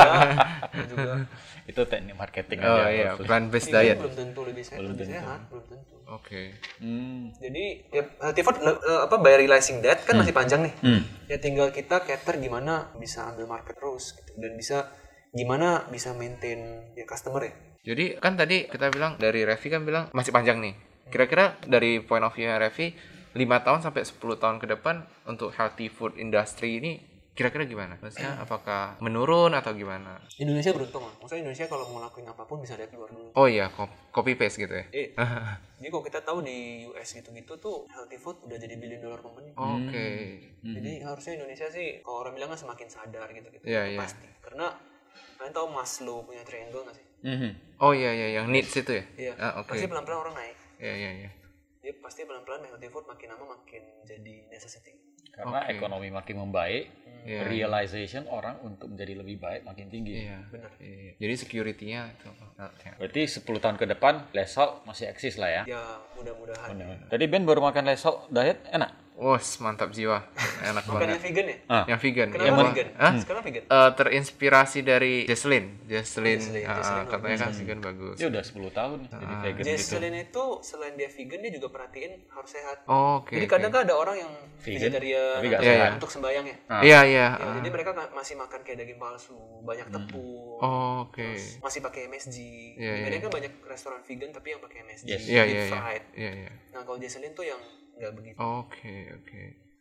juga. Itu teknik marketing aja. Oh iya, maksudnya. plant based diet. Belum tentu lebih sehat, belum tentu. Oke. Jadi ya, healthy food by realizing that kan masih panjang nih. Ya tinggal kita cater gimana bisa ambil market terus gitu, dan gimana bisa maintain ya customer ya. Jadi kan tadi kita bilang dari Revi kan bilang masih panjang nih. Kira-kira dari point of view Revi 5 tahun sampai 10 tahun ke depan untuk healthy food industry ini kira-kira gimana? Maksudnya apakah menurun atau gimana? Indonesia beruntung lah. Maksudnya Indonesia kalau mau ngelakuin apapun bisa lihat luar dulu. Oh iya, copy paste gitu ya? Jadi kalau kita tahu di US gitu-gitu tuh healthy food udah jadi $1 billion company. Oke. Jadi harusnya Indonesia sih kalau orang bilang kan semakin sadar gitu-gitu. Iya. Pasti. Karena kalian tahu Maslow punya triangle nggak sih? Oh iya, yang needs itu ya? Iya. Pasti pelan-pelan orang naik. Iya. Jadi pasti pelan-pelan healthy food makin lama makin jadi necessity. Karena ekonomi makin membaik, realization orang untuk menjadi lebih baik makin tinggi. Iya, benar. Jadi security-nya itu. Berarti 10 tahun ke depan Lesal masih eksis lah ya? Ya, mudah-mudahan. Tadi Ben baru makan Lesal diet, enak? Mantap jiwa. Enak Bukan banget. yang vegan ya? Yang vegan. Kenapa vegan? Sekarang vegan? Terinspirasi dari Jesslyn. Jesslyn Katanya kan vegan bagus. Dia udah 10 tahun jadi vegan gitu. Jesslyn itu selain dia vegan, dia juga perhatiin harus sehat. Oke. Jadi kadang kan ada orang yang vegetarian tapi nggak sehat untuk sembahyang ya. Iya. Ya, jadi mereka masih makan kayak daging palsu, banyak tepung. Oke. Masih pakai MSG. Iya. Kadang kan banyak restoran vegan tapi yang pakai MSG. Iya. Fried. Iya. Nah, kalau Jesslyn tuh yang nggak begitu. Oke.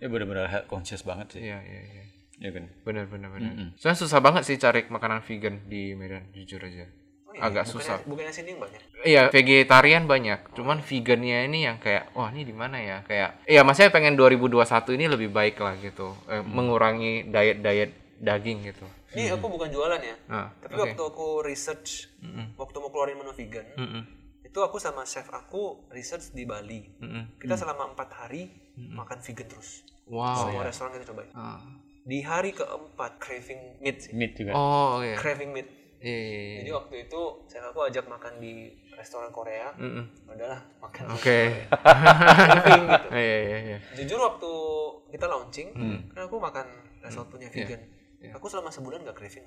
Ya benar-benar health conscious banget sih. Iya. Iya kan? Benar. Soalnya susah banget sih cari makanan vegan di Medan, jujur aja. Agak susah. Bukannya sini yang banyak? Iya, vegetarian banyak. Cuman vegannya ini yang kayak, wah ini di mana ya? Kayak, iya maksudnya pengen 2021 ini lebih baik lah gitu. Mengurangi diet daging gitu. Ini aku bukan jualan ya. Tapi waktu aku research, waktu mau keluarin menu vegan, itu aku sama chef aku research di Bali. Kita selama 4 hari makan vegan terus. Wow. Semua restoran kita cobain. Di hari keempat craving meat sih. Meat juga. Oh iya. Craving meat. Iya. Jadi waktu itu saya aku ajak makan di restoran Korea, udahlah makan. Oke. Craving gitu. Iya. Jujur waktu kita launching, kan aku makan resort punya vegan. Aku selama sebulan nggak craving.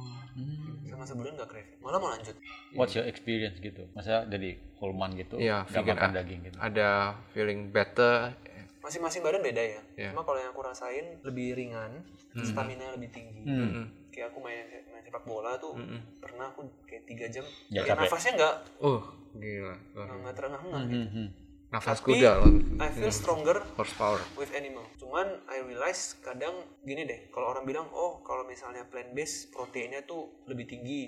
Selama sebulan nggak craving. Malah mau lanjut. What's your experience gitu? Maksudnya dari whole month gitu, Iya, nggak vegan makan daging gitu. Ada feeling better. Masing-masing badan beda ya. Cuma kalau yang aku rasain lebih ringan, stamina lebih tinggi. Kayak aku main sepak bola tuh, pernah aku kayak 3 jam, Nggak kayak capek. nafasnya nggak Gila. nggak terengah-engah gitu. Nafas Tapi kuda loh. I feel stronger Horsepower. with animal. Cuman I realize kadang gini deh, kalau orang bilang kalau misalnya plant based proteinnya tuh lebih tinggi,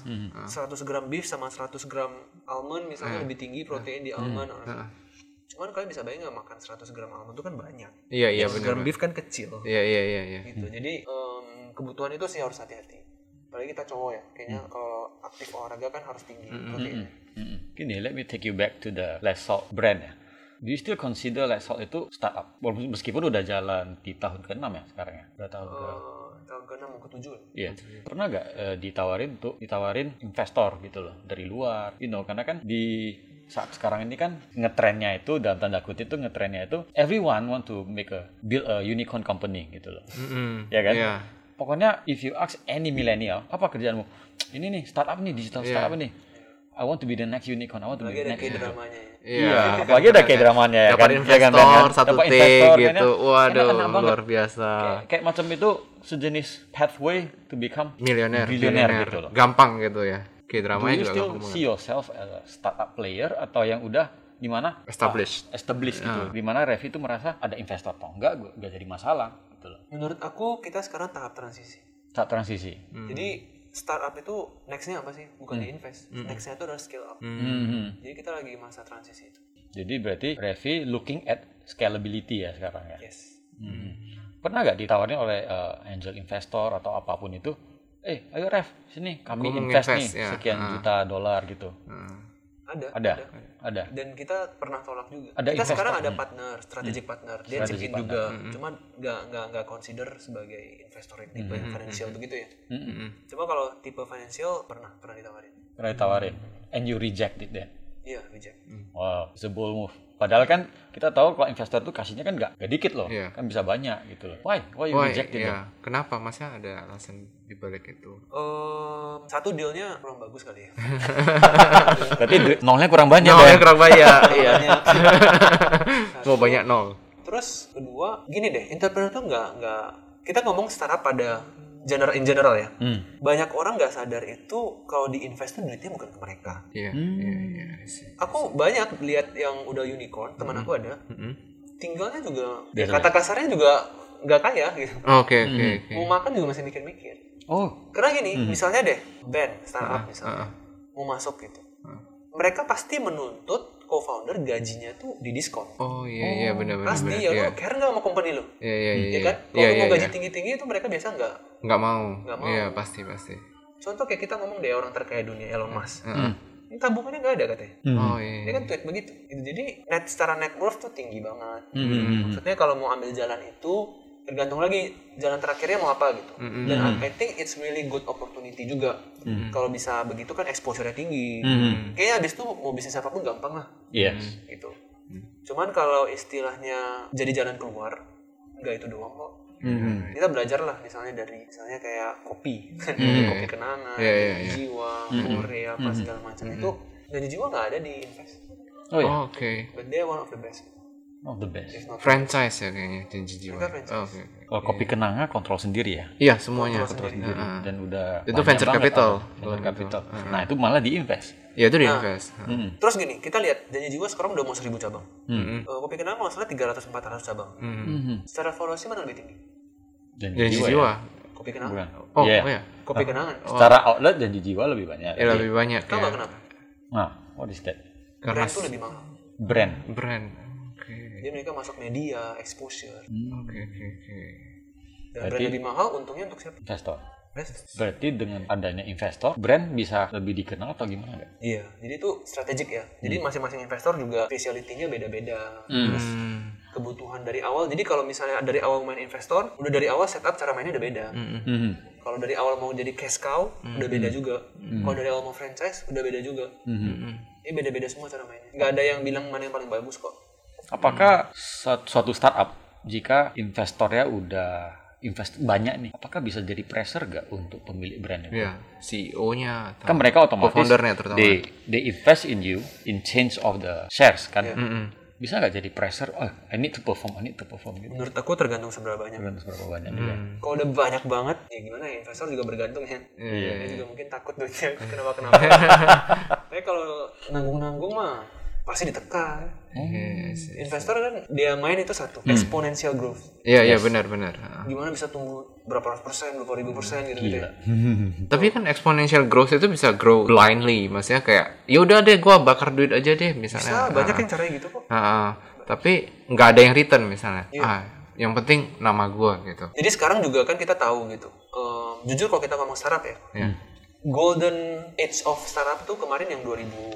100 gram beef sama 100 gram almond misalnya lebih tinggi protein di almond. Cuman kalian bisa bayangin nggak makan 100 gram almond itu kan banyak. Iya 100 benar. gram beef kan kecil. Iya. Gitu. Jadi kebutuhan itu sih harus hati-hati. Apalagi kita cowok ya, kayaknya kalau aktif olahraga kan harus tinggi proteinnya. Gini, let me take you back to the Less Salt brand ya. Do you still consider Less Salt itu startup? Meskipun udah jalan di tahun ke-6 ya sekarang ya? Udah tahun Tahun ke-6 mau ke-7 ya? Iya. Pernah nggak ditawarin investor gitu loh dari luar? Karena kan di saat sekarang ini kan ngetrennya itu dalam tanda kutip itu ngetrennya itu everyone want to build a unicorn company gitu loh. Ya kan? Iya. Pokoknya if you ask any millennial, apa kerjaanmu? Ini nih startup nih, digital startup nih. I want to be the next unicorn. I want to be Lagi the ada next. kayak dramanya ya. Iya, apalagi ada kayak dramanya ya Dapat kan. investor satu Dapat T investor, gitu. kayaknya Waduh, enak banget. luar biasa. Kayak macam itu sejenis pathway to become Billionaire gitu loh. Gampang gitu ya. Kayak Do dramanya you juga still gampang see yourself as a startup player atau yang udah di mana established gitu. Di mana Revi itu merasa ada investor atau enggak jadi masalah gitu loh. Menurut aku kita sekarang tahap transisi. Saat transisi. Jadi startup itu next-nya apa sih? Bukan di invest. Next-nya itu adalah scale up. Jadi kita lagi masa transisi itu. Jadi berarti Revi looking at scalability ya sekarang ya. Yes. Pernah nggak ditawarin oleh angel investor atau apapun itu? Ayo Rev, sini kami invest nih sekian juta dolar gitu. Ada. Dan kita pernah tolak juga. Ada kita investor. sekarang ada partner, strategic partner. Dia Strategic chip in juga. Cuma nggak consider sebagai investor yang tipe yang financial begitu ya. Cuma kalau tipe financial pernah ditawarin. Pernah ditawarin. And you rejected that. Iya, reject. Wow, it's a bold move. Padahal kan kita tahu kalau investor tuh kasihnya kan nggak dikit loh, kan bisa banyak gitu loh. Why you rejected it? Kenapa? Masa ada alasan dibalik itu? Satu dealnya kurang bagus kali ya. Berarti nolnya kurang banyak. Nolnya kurang banyak. Iya. Mau banyak nol. Terus kedua, gini deh, entrepreneur tuh nggak kita ngomong startup pada in general ya. Banyak orang nggak sadar itu kalau diinvest tuh duitnya bukan ke mereka. Iya. Aku banyak lihat yang udah unicorn, teman aku ada. Tinggalnya juga, kata kasarnya juga nggak kaya gitu. Oke. Mau makan juga masih mikir-mikir. Oh. Karena gini, misalnya deh, band startup misalnya mau masuk gitu, mereka pasti menuntut co-founder gajinya tuh di diskon. Oh iya benar. Pasti ya, lo care nggak sama company lo? Iya. kan? Kalau mau gaji tinggi-tinggi itu mereka biasa nggak mau. Iya pasti. Contoh kayak kita ngomong deh orang terkaya dunia, Elon Musk. Ini tabungannya nggak ada katanya. Oh iya. Ini kan tweet begitu. Jadi secara net worth tuh tinggi banget. Maksudnya kalau mau ambil jalan itu tergantung lagi jalan terakhirnya mau apa gitu. Dan I think it's really good opportunity juga. Kalau bisa begitu kan exposure-nya tinggi. Kayaknya abis itu mau bisnis apapun gampang lah. Yes. Gitu. Cuman kalau istilahnya jadi jalan keluar, nggak itu doang kok. Kita belajar lah misalnya kayak kopi. Kopi kenangan, jiwa, Korea, apa segala macam itu gaji jiwa nggak ada di invest. Oh ya. Oke. But they are one of the best. the best. Franchise ya kayaknya Janji Jiwa. Franchise. Kalau Kopi Kenanga kontrol sendiri ya. Iya, semuanya Kontrol Sendiri. Dan udah itu banyak venture banget capital. venture capital. Nah, itu malah diinvest. Ya itu diinvest. Terus gini, kita lihat Janji Jiwa sekarang udah mau 1.000 cabang. Kopi Kenanga kalau salah 300-400 cabang. Secara valuasi mana lebih tinggi? Janji Jiwa. Kopi Kenanga. Oh, Iya. ya. Kopi Kenanga. Secara outlet Janji Jiwa lebih banyak. Ya lebih banyak Tahu nggak ya. kenapa? Nah, what is that? Karena Brand itu lebih mahal. Brand. Oke. Jadi mereka masuk media, exposure. Oke. Dan brand lebih mahal, untungnya untuk siapa? Investor. Investors. Berarti dengan adanya investor, brand bisa lebih dikenal atau gimana nggak? Iya, jadi itu strategik ya. Jadi masing-masing investor juga speciality-nya beda-beda. Terus kebutuhan dari awal. Jadi kalau misalnya dari awal main investor, udah dari awal setup cara mainnya udah beda. Kalau dari awal mau jadi cash cow, udah beda juga. Kalau dari awal mau franchise, udah beda juga. Ini beda-beda semua cara mainnya. Nggak ada yang bilang mana yang paling bagus kok. Apakah suatu startup jika investornya udah invest banyak nih, apakah bisa jadi pressure gak untuk pemilik brand itu? Ya, CEO-nya Kan mereka otomatis co-foundernya terutama. they invest in you in change of the shares kan. Bisa nggak jadi pressure? Oh, I need to perform gitu. Menurut aku tergantung seberapa banyak. Tergantung seberapa banyak dia. Kalau udah banyak banget, ya gimana ya, investor juga bergantung ya. Dia juga mungkin takut duitnya kenapa. Tapi kalau nanggung-nanggung mah pasti ditekan. Investor kan dia main itu satu, exponential growth. Iya, benar. Gimana bisa tumbuh berapa ratus persen, berapa ribu persen gitu ya. Tapi kan exponential growth itu bisa grow blindly, maksudnya kayak ya udah deh gua bakar duit aja deh misalnya. Bisa, banyak yang caranya gitu kok. Tapi nggak ada yang return misalnya. Yang penting nama gua gitu. Jadi sekarang juga kan kita tahu gitu. Jujur kalau kita ngomong startup ya. Golden age of startup tuh kemarin yang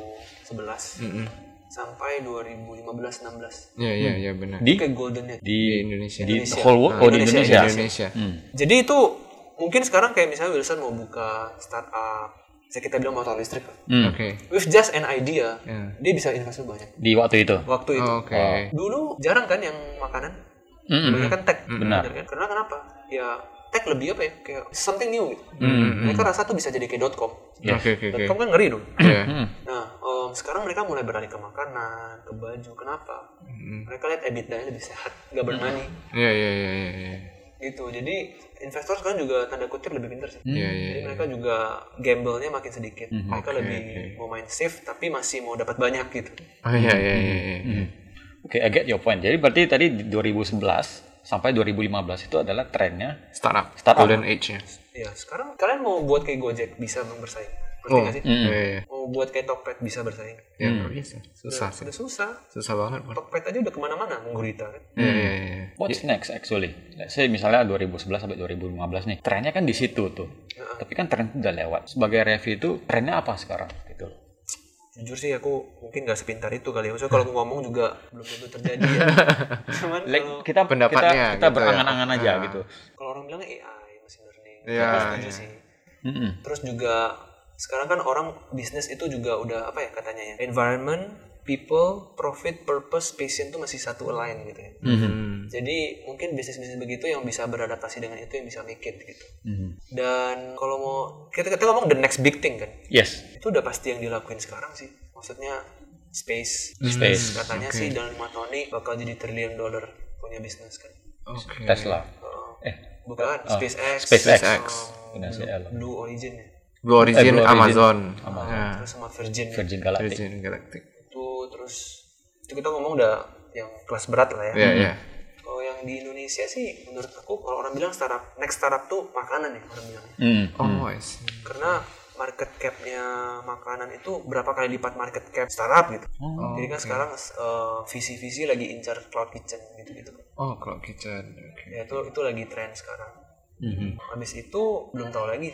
2011. Sampai 2015-16. Iya benar. Kayak goldennya Di Indonesia. Di whole world, di Indonesia. Jadi itu mungkin sekarang kayak misalnya Wilson mau buka startup, bisa kita bilang motor listrik. Oke. With just an idea, dia bisa investasi banyak. Di waktu itu. Oke. Dulu jarang kan yang makanan, banyak kan tech. Benar. Kan? Karena kenapa? Ya tech lebih apa ya? Kayak something new gitu. Mereka rasa tuh bisa jadi kayak .com. Oke. .com kan ngeri dong. Iya. Nah, sekarang mereka mulai beralih ke makanan, ke baju. Kenapa? Mereka lihat EBITDA-nya lebih sehat, nggak bermani. Iya. Gitu. Jadi investor sekarang juga tanda kutip lebih pintar sih. Iya. Jadi mereka juga gamble-nya makin sedikit. Mereka lebih mau main safe tapi masih mau dapat banyak gitu. Oh iya. Oke, I get your point. Jadi berarti tadi 2011 sampai 2015 itu adalah trennya Startup. Golden age-nya. Iya, sekarang kalian mau buat kayak Gojek bisa bersaing. Ngerti nggak sih? Iya. Mau buat kayak Tokped bisa bersaing. Ya nggak bisa. Susah sih. Udah susah. Susah banget. Tokped aja udah kemana-mana menggurita kan. Iya. What's next actually? Let's say misalnya 2011 sampai 2015 nih, trennya kan di situ tuh. Tapi kan tren udah lewat. Sebagai review itu trennya apa sekarang gitu? Jujur sih aku mungkin nggak sepintar itu kali ya. Maksudnya kalau ngomong juga belum tentu terjadi ya. Cuman kalau Kita pendapatnya kita gitu berangan-angan aja gitu. kalau orang bilang AI machine learning. Iya. Aku setuju sih. Terus juga sekarang kan orang bisnis itu juga udah apa ya katanya ya, environment, people, profit, purpose, passion tuh masih satu align gitu ya. Jadi mungkin bisnis-bisnis begitu yang bisa beradaptasi dengan itu yang bisa make it gitu. Dan kalau mau kita ngomong the next big thing kan, Yes. itu udah pasti yang dilakuin sekarang sih. Maksudnya space katanya sih dalam 5 tahun ini bakal jadi $1 trillion punya bisnis kan. Tesla. Bukan SpaceX. Blue Origin ya. Blue Origin, Amazon. Terus sama Virgin Galactic. Itu terus itu kita ngomong udah yang kelas berat lah ya. Iya. Kalau yang di Indonesia sih menurut aku kalau orang bilang next startup tuh makanan ya orang bilang. I see. Karena market cap-nya makanan itu berapa kali lipat market cap startup gitu. Jadi kan sekarang visi-visi lagi incar cloud kitchen gitu-gitu. Cloud kitchen. Ya itu lagi tren sekarang. Habis itu belum tahu lagi.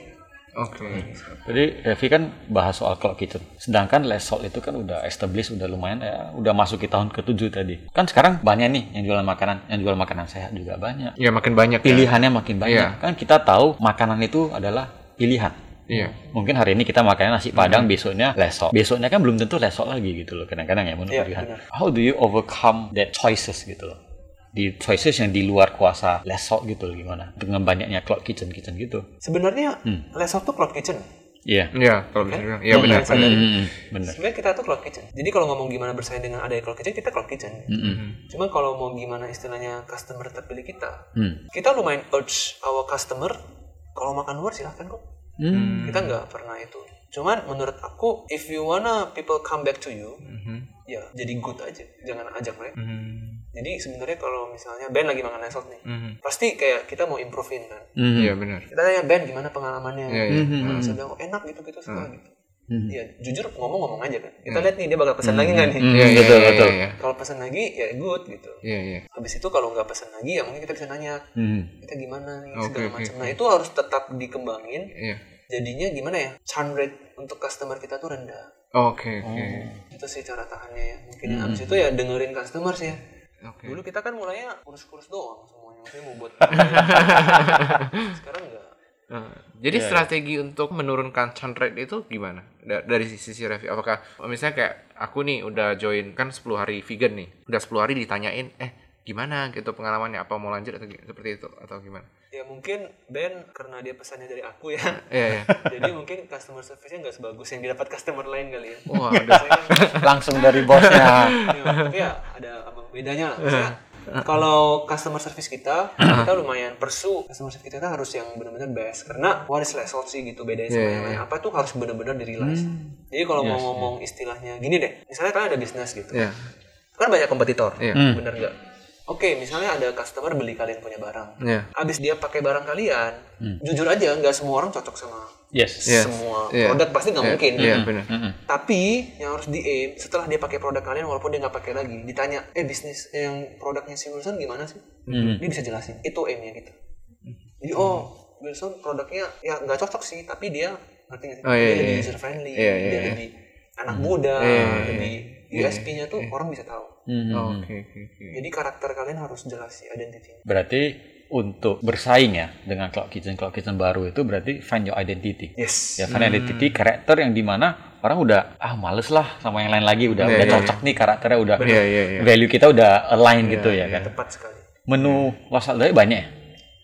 Jadi Revi kan bahas soal cloud kitchen. Sedangkan Lesol itu kan udah established, udah lumayan ya, udah masuk ke tahun ke-7 tadi. Kan sekarang banyak nih yang jual makanan sehat juga banyak. Ya makin banyak. Pilihannya makin banyak. Kan kita tahu makanan itu adalah pilihan. Iya. Mungkin hari ini kita makan nasi Padang, besoknya Lesol. Besoknya kan belum tentu Lesol lagi gitu loh. Kadang-kadang ya menurut pilihan. How do you overcome that choices gitu loh? Di choices yang di luar kuasa Lesol gitu loh, gimana dengan banyaknya cloud kitchen gitu. Sebenarnya Lesol tuh cloud kitchen. Iya, kalau bisa bilang. Iya benar. Benar. Sebenarnya kita tuh cloud kitchen. Jadi kalau ngomong gimana bersaing dengan ada cloud kitchen, kita cloud kitchen. Cuma kalau mau gimana istilahnya customer terpilih kita lumayan urge our customer kalau makan luar silahkan kok. Kita nggak pernah itu. Cuman menurut aku, if you wanna people come back to you, ya jadi good aja, jangan ajak mereka. Jadi sebenarnya kalau misalnya band lagi makan resort nih, pasti kayak kita mau improvein kan. Iya benar. Kita tanya band gimana pengalamannya, saya bilang enak gitu suka gitu. Ya jujur ngomong aja kan. Kita lihat nih dia bakal pesan lagi nggak nih? Betul. Kalau pesan lagi ya good gitu. Iya. Habis itu kalau nggak pesan lagi ya mungkin kita bisa nanya kita gimana nih segala macam. Nah itu harus tetap dikembangin. Jadinya gimana ya? Churn rate untuk customer kita tuh rendah. Oke. Itu sih cara tahannya ya. Mungkin habis itu ya dengerin customer sih ya. Dulu kita kan mulainya kurus-kurus doang semuanya. Maksudnya mau buat sekarang enggak. Jadi strategi untuk menurunkan churn rate itu gimana? Dari sisi review, apakah misalnya kayak aku nih udah join kan 10 hari vegan nih, udah 10 hari ditanyain gimana gitu pengalamannya, apa mau lanjut atau seperti itu atau gimana? Ya mungkin Ben karena dia pesannya dari aku ya. Iya. Jadi mungkin customer service-nya nggak sebagus yang didapat customer lain kali ya. Wah, ada Langsung dari bosnya. Tapi ya ada bedanya lah. Misalnya, kalau customer service kita lumayan pursue customer service kita harus yang benar-benar best karena what is less sih gitu bedanya sama yang lain. Apa tuh harus benar-benar di-realize. Jadi kalau mau ngomong istilahnya gini deh, misalnya kalian ada bisnis gitu. Kan banyak kompetitor, bener nggak? Oke, misalnya ada customer beli kalian punya barang. Abis dia pakai barang kalian, jujur aja nggak semua orang cocok sama semua produk, pasti nggak mungkin. Benar. Tapi yang harus di-aim setelah dia pakai produk kalian walaupun dia nggak pakai lagi, ditanya, bisnis yang produknya si Wilson gimana sih? Dia bisa jelasin. Itu aimnya gitu. Jadi Wilson produknya ya nggak cocok sih, tapi dia ngerti nggak sih? Dia lebih user friendly, dia lebih anak muda, lebih USP-nya tuh orang bisa tahu. Oke. Jadi karakter kalian harus jelas sih identity. Berarti untuk bersaing ya dengan cloud kitchen baru itu berarti find your identity. Yes. Ya find identity karakter yang dimana orang udah males lah sama yang lain lagi, udah cocok nih karakternya, udah value kita udah align gitu ya kan. Tepat sekali. Menu wasal dari banyak ya?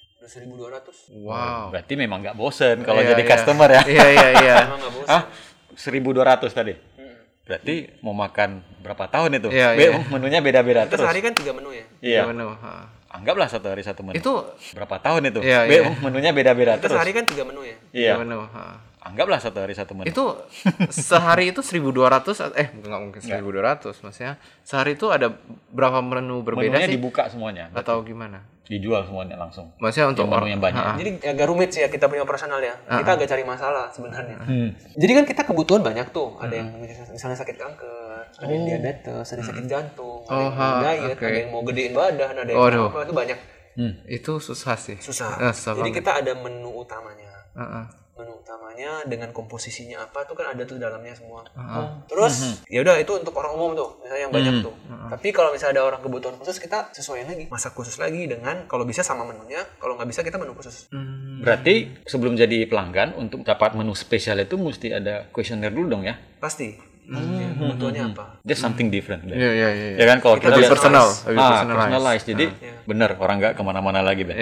1.200. Wow. Berarti memang nggak bosen kalau jadi customer ya. Iya. Emang nggak bosan. 1.200 tadi. Berarti mau makan berapa tahun itu? Menunya beda-beda terus. Sehari kan 3 menu ya? Iya. Menu. Anggaplah satu hari satu menu. Itu berapa tahun itu? Menunya beda-beda terus. Sehari kan 3 menu ya? Iya. Menu. Anggaplah satu hari satu menu. Itu sehari itu 1.200 nggak mungkin 1.200 maksudnya. Sehari itu ada berapa menu berbeda menunya sih? Dibuka semuanya. Atau gimana? Dijual semuanya langsung. Maksudnya untuk menu yang banyak. Jadi agak rumit sih ya kita punya operasional ya. Kita agak cari masalah sebenarnya. Jadi kan kita kebutuhan banyak tuh. Ada yang misalnya sakit kanker, ada yang diabetes, ada yang sakit jantung, ada yang mau diet, ada yang mau gedein badan, ada yang apa, itu banyak. Itu susah sih. Susah. Jadi kita ada menu utamanya. Menu utamanya dengan komposisinya apa tuh kan ada tuh dalamnya semua. Terus ya udah itu untuk orang umum tuh, misalnya yang banyak tuh. Tapi kalau misalnya ada orang kebutuhan khusus kita sesuaiin lagi, masak khusus lagi dengan kalau bisa sama menunya, kalau nggak bisa kita menu khusus. Berarti sebelum jadi pelanggan untuk dapat menu spesial itu mesti ada kuesioner dulu dong ya? Pasti. Kebutuhannya apa? There's something different. Iya. Ya kan kalau kita lebih personal, personalized. Jadi benar orang nggak kemana-mana lagi, Ben.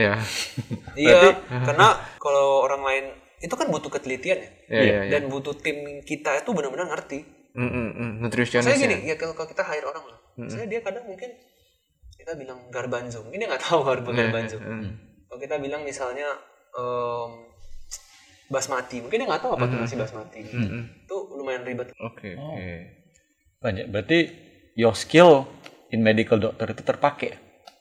Iya. Karena kalau orang lain itu kan butuh ketelitian ya. Dan butuh tim kita itu benar-benar ngerti. Nutritionist. Saya gini, ya kalau kita hire orang lah, saya dia kadang mungkin kita bilang garbanzo, mungkin dia nggak tahu garbanzo. Kalau kita bilang misalnya basmati, mungkin dia nggak tahu apa tuh nasi basmati. Itu lumayan ribet. Oke. Banyak. Berarti your skill in medical doctor itu terpakai.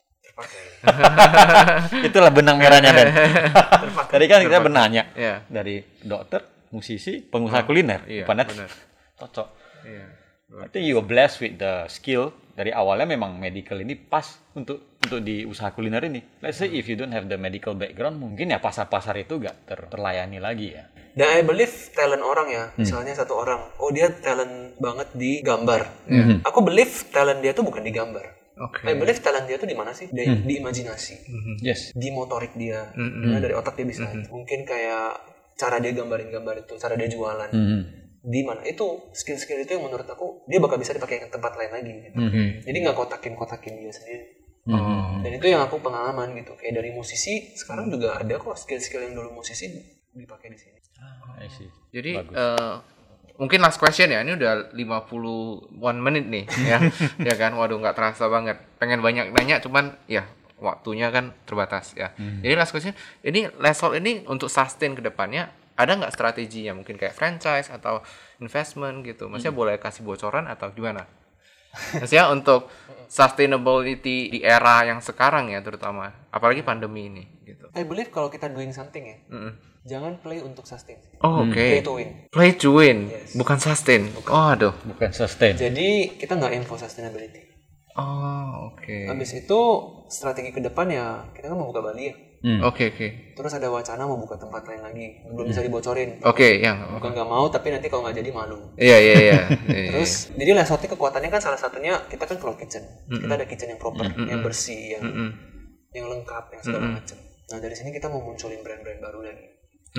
Itulah benang merahnya, Ben. Tadi kan kita bertanya dari dokter, musisi, pengusaha kuliner, benar. Cocok. Berarti you are blessed with the skill. Dari awalnya memang medical ini pas untuk di usaha kuliner ini. Let's say if you don't have the medical background, mungkin ya pasar-pasar itu gak terlayani lagi ya. Dan I believe talent orang ya, misalnya satu orang, dia talent banget di gambar. Aku believe talent dia tuh bukan di gambar. I believe talent dia tuh di mana sih? Di imajinasi. Yes. Di motorik dia. Dari otak dia bisa. Mungkin kayak cara dia gambarin gambar itu, cara dia jualan. Di mana itu skill-skill itu yang menurut aku dia bakal bisa dipakai ke tempat lain lagi gitu. Jadi nggak kotakin dia sendiri. Dan itu yang aku pengalaman gitu. Kayak dari musisi sekarang juga ada kok skill-skill yang dulu musisi dipakai di sini. Jadi mungkin last question ya, ini udah 51 menit nih ya. Ya kan, waduh nggak terasa banget. Pengen banyak nanya cuman ya waktunya kan terbatas ya. Jadi last question, ini Lesol ini untuk sustain ke depannya ada nggak strateginya, mungkin kayak franchise atau investment gitu? Maksudnya boleh kasih bocoran atau gimana? Maksudnya untuk sustainability di era yang sekarang ya, terutama apalagi pandemi ini gitu. I believe kalau kita doing something ya, jangan play untuk sustain. Oh, oke. Play to win. Play to win, Yes. bukan sustain. Oh, aduh. Bukan sustain. Jadi kita nggak info sustainability. Oh, oke. Habis itu strategi ke depan ya kita kan mau buka Bali ya. Oke. Terus ada wacana mau buka tempat lain lagi, belum bisa dibocorin. Oke, yang Bukan nggak mau, tapi nanti kalau nggak jadi malu. Iya. Terus jadi Lesotnya kekuatannya kan salah satunya kita kan cloud kitchen. Kita ada kitchen yang proper, yang bersih, yang lengkap, yang segala macam. Nah dari sini kita mau munculin brand-brand baru lagi.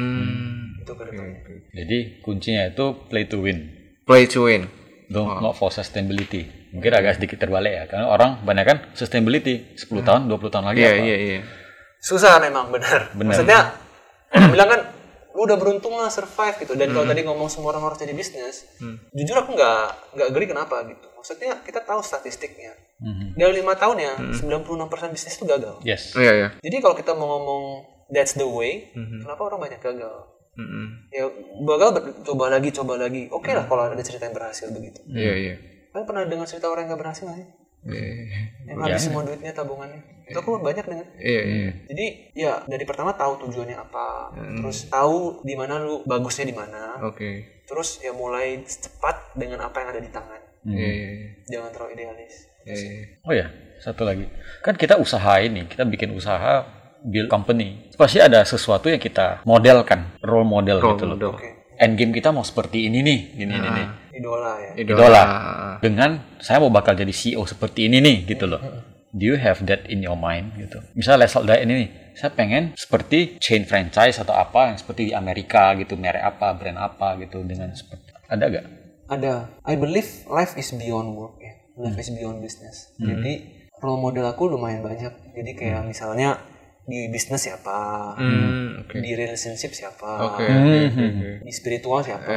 Itu ke depannya. Jadi kuncinya itu play to win. Play to win. Not for sustainability. Mungkin agak sedikit terbalik ya, karena orang banyak kan sustainability 10 tahun, 20 tahun lagi apa? Iya. Susah memang benar. Maksudnya orang bilang kan lu udah beruntung lah survive gitu. Dan kalau tadi ngomong semua orang harus jadi bisnis, jujur aku nggak agree kenapa gitu. Maksudnya kita tahu statistiknya. Dari 5 tahun ya 96% bisnis itu gagal. Yes. Iya. Jadi kalau kita mau ngomong that's the way, kenapa orang banyak gagal? Ya gagal coba lagi. Oke lah kalau ada cerita yang berhasil begitu. Iya. Kan pernah dengar cerita orang yang nggak berhasil nggak sih? Yang habis semua duitnya tabungannya. Itu aku banyak dengar. Iya. Jadi ya dari pertama tahu tujuannya apa, terus tahu di mana lu bagusnya di mana. Oke. Terus ya mulai cepat dengan apa yang ada di tangan. Iya. Jangan terlalu idealis. Oh ya, satu lagi. Kan kita usaha ini, kita bikin usaha build company. Pasti ada sesuatu yang kita modelkan, role model gitu loh. Oke. End game kita mau seperti ini nih, ini. Idola ya. Idola. Dengan saya mau bakal jadi CEO seperti ini nih gitu loh. Do you have that in your mind gitu? Misalnya Lesol Diet ini nih, saya pengen seperti chain franchise atau apa yang seperti di Amerika gitu, merek apa, brand apa gitu dengan seperti ada gak? Ada. I believe life is beyond work ya. Life is beyond business. Jadi role model aku lumayan banyak. Jadi kayak misalnya di bisnis siapa, di relationship siapa, di spiritual siapa.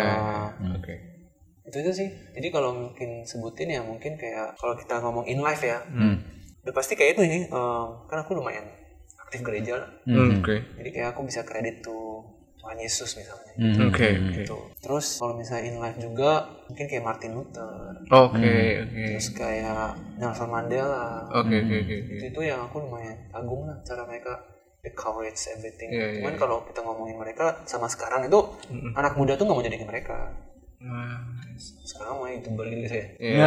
Itu sih. Jadi kalau mungkin sebutin ya mungkin kayak kalau kita ngomong in life ya, udah pasti kayak itu nih. Kan aku lumayan aktif gereja lah. Jadi kayak aku bisa kredit tuh Tuhan Yesus misalnya. Gitu. Terus kalau misalnya in life juga mungkin kayak Martin Luther. Terus kayak Nelson Mandela. Itu yang aku lumayan kagum lah cara mereka, the courage everything. Cuman kalau kita ngomongin mereka sama sekarang itu anak muda tuh nggak mau jadi kayak mereka. Sekarang mau YouTuber gitu ya.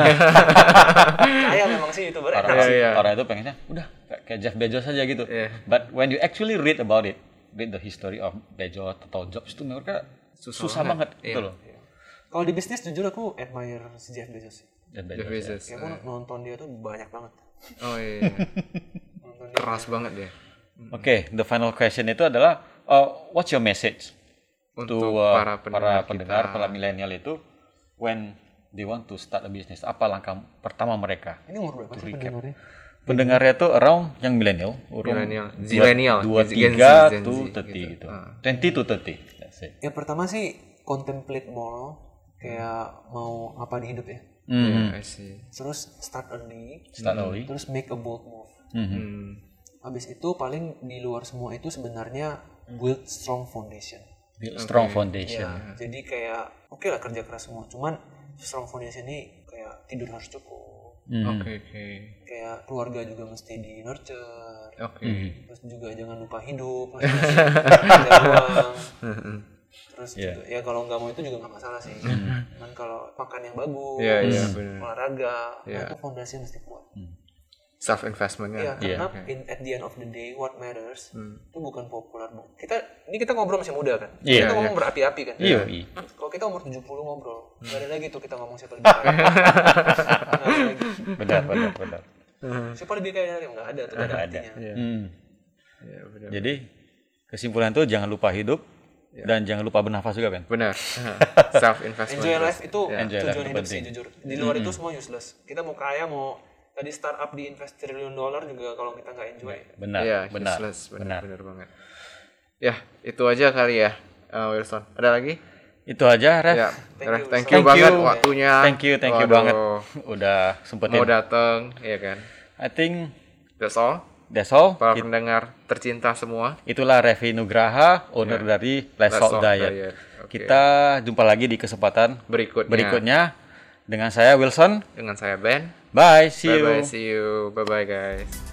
Kayak memang sih YouTuber. Orang itu pengennya udah kayak Jeff Bezos aja gitu. But when you actually read about it, read the history of Bezos atau Jobs itu mereka susah banget gitu loh. Kalau di bisnis jujur aku admire si Jeff Bezos. Jeff Bezos. Ya, aku nonton dia tuh banyak banget. Oh iya. Keras banget dia. Oke, the final question itu adalah what's your message untuk para pendengar, para milenial itu when they want to start a business, apa langkah pertama mereka? Ini umur berapa sih pendengarnya? Pendengarnya tuh around yang milenial, Zillennial, 23 to 30 gitu. 20 to 30. That's it. Ya pertama sih contemplate more, kayak mau apa di hidup ya. I see. Terus start early. Terus make a bold move. Habis itu paling di luar semua itu sebenarnya build strong foundation. Strong foundation. Ya, jadi kayak oke lah kerja keras semua, cuman strong foundation ini kayak tidur harus cukup. Kayak keluarga juga mesti di nurture. Terus juga jangan lupa hidup, ada uang. Terus juga, ya kalau nggak mau itu juga nggak masalah sih. Cuman kalau makan yang bagus, olahraga, itu fondasi mesti kuat. Self investmentnya. Iya, karena at the end of the day what matters itu bukan populer. Kita ngobrol masih muda kan. Kita ngomong berapi-api kan. Kalau kita umur 70 ngobrol, nggak ada lagi tuh kita ngomong siapa lebih kaya. Benar. Siapa lebih kaya, nggak ada tuh, nggak ada artinya. Jadi kesimpulan itu jangan lupa hidup dan jangan lupa bernafas juga kan. Benar. Self investment. Enjoy life itu tujuan hidup sih jujur. Di luar itu semua useless. Kita mau kaya, mau tadi startup di invest $1 trillion juga kalau kita nggak enjoy. Benar. Benar banget. Ya, itu aja kali ya. Wilson. Ada lagi? Itu aja, Ref. Ya, thank you banget waktunya. Thank you banget. Udah sempetin. Mau datang, ya kan. I think that's all. Para pendengar tercinta semua. Itulah Revi Nugraha, owner dari Let's Salt Diet. Okay. Kita jumpa lagi di kesempatan berikutnya. Dengan saya Wilson. Dengan saya Ben. Bye, see you. Bye, guys.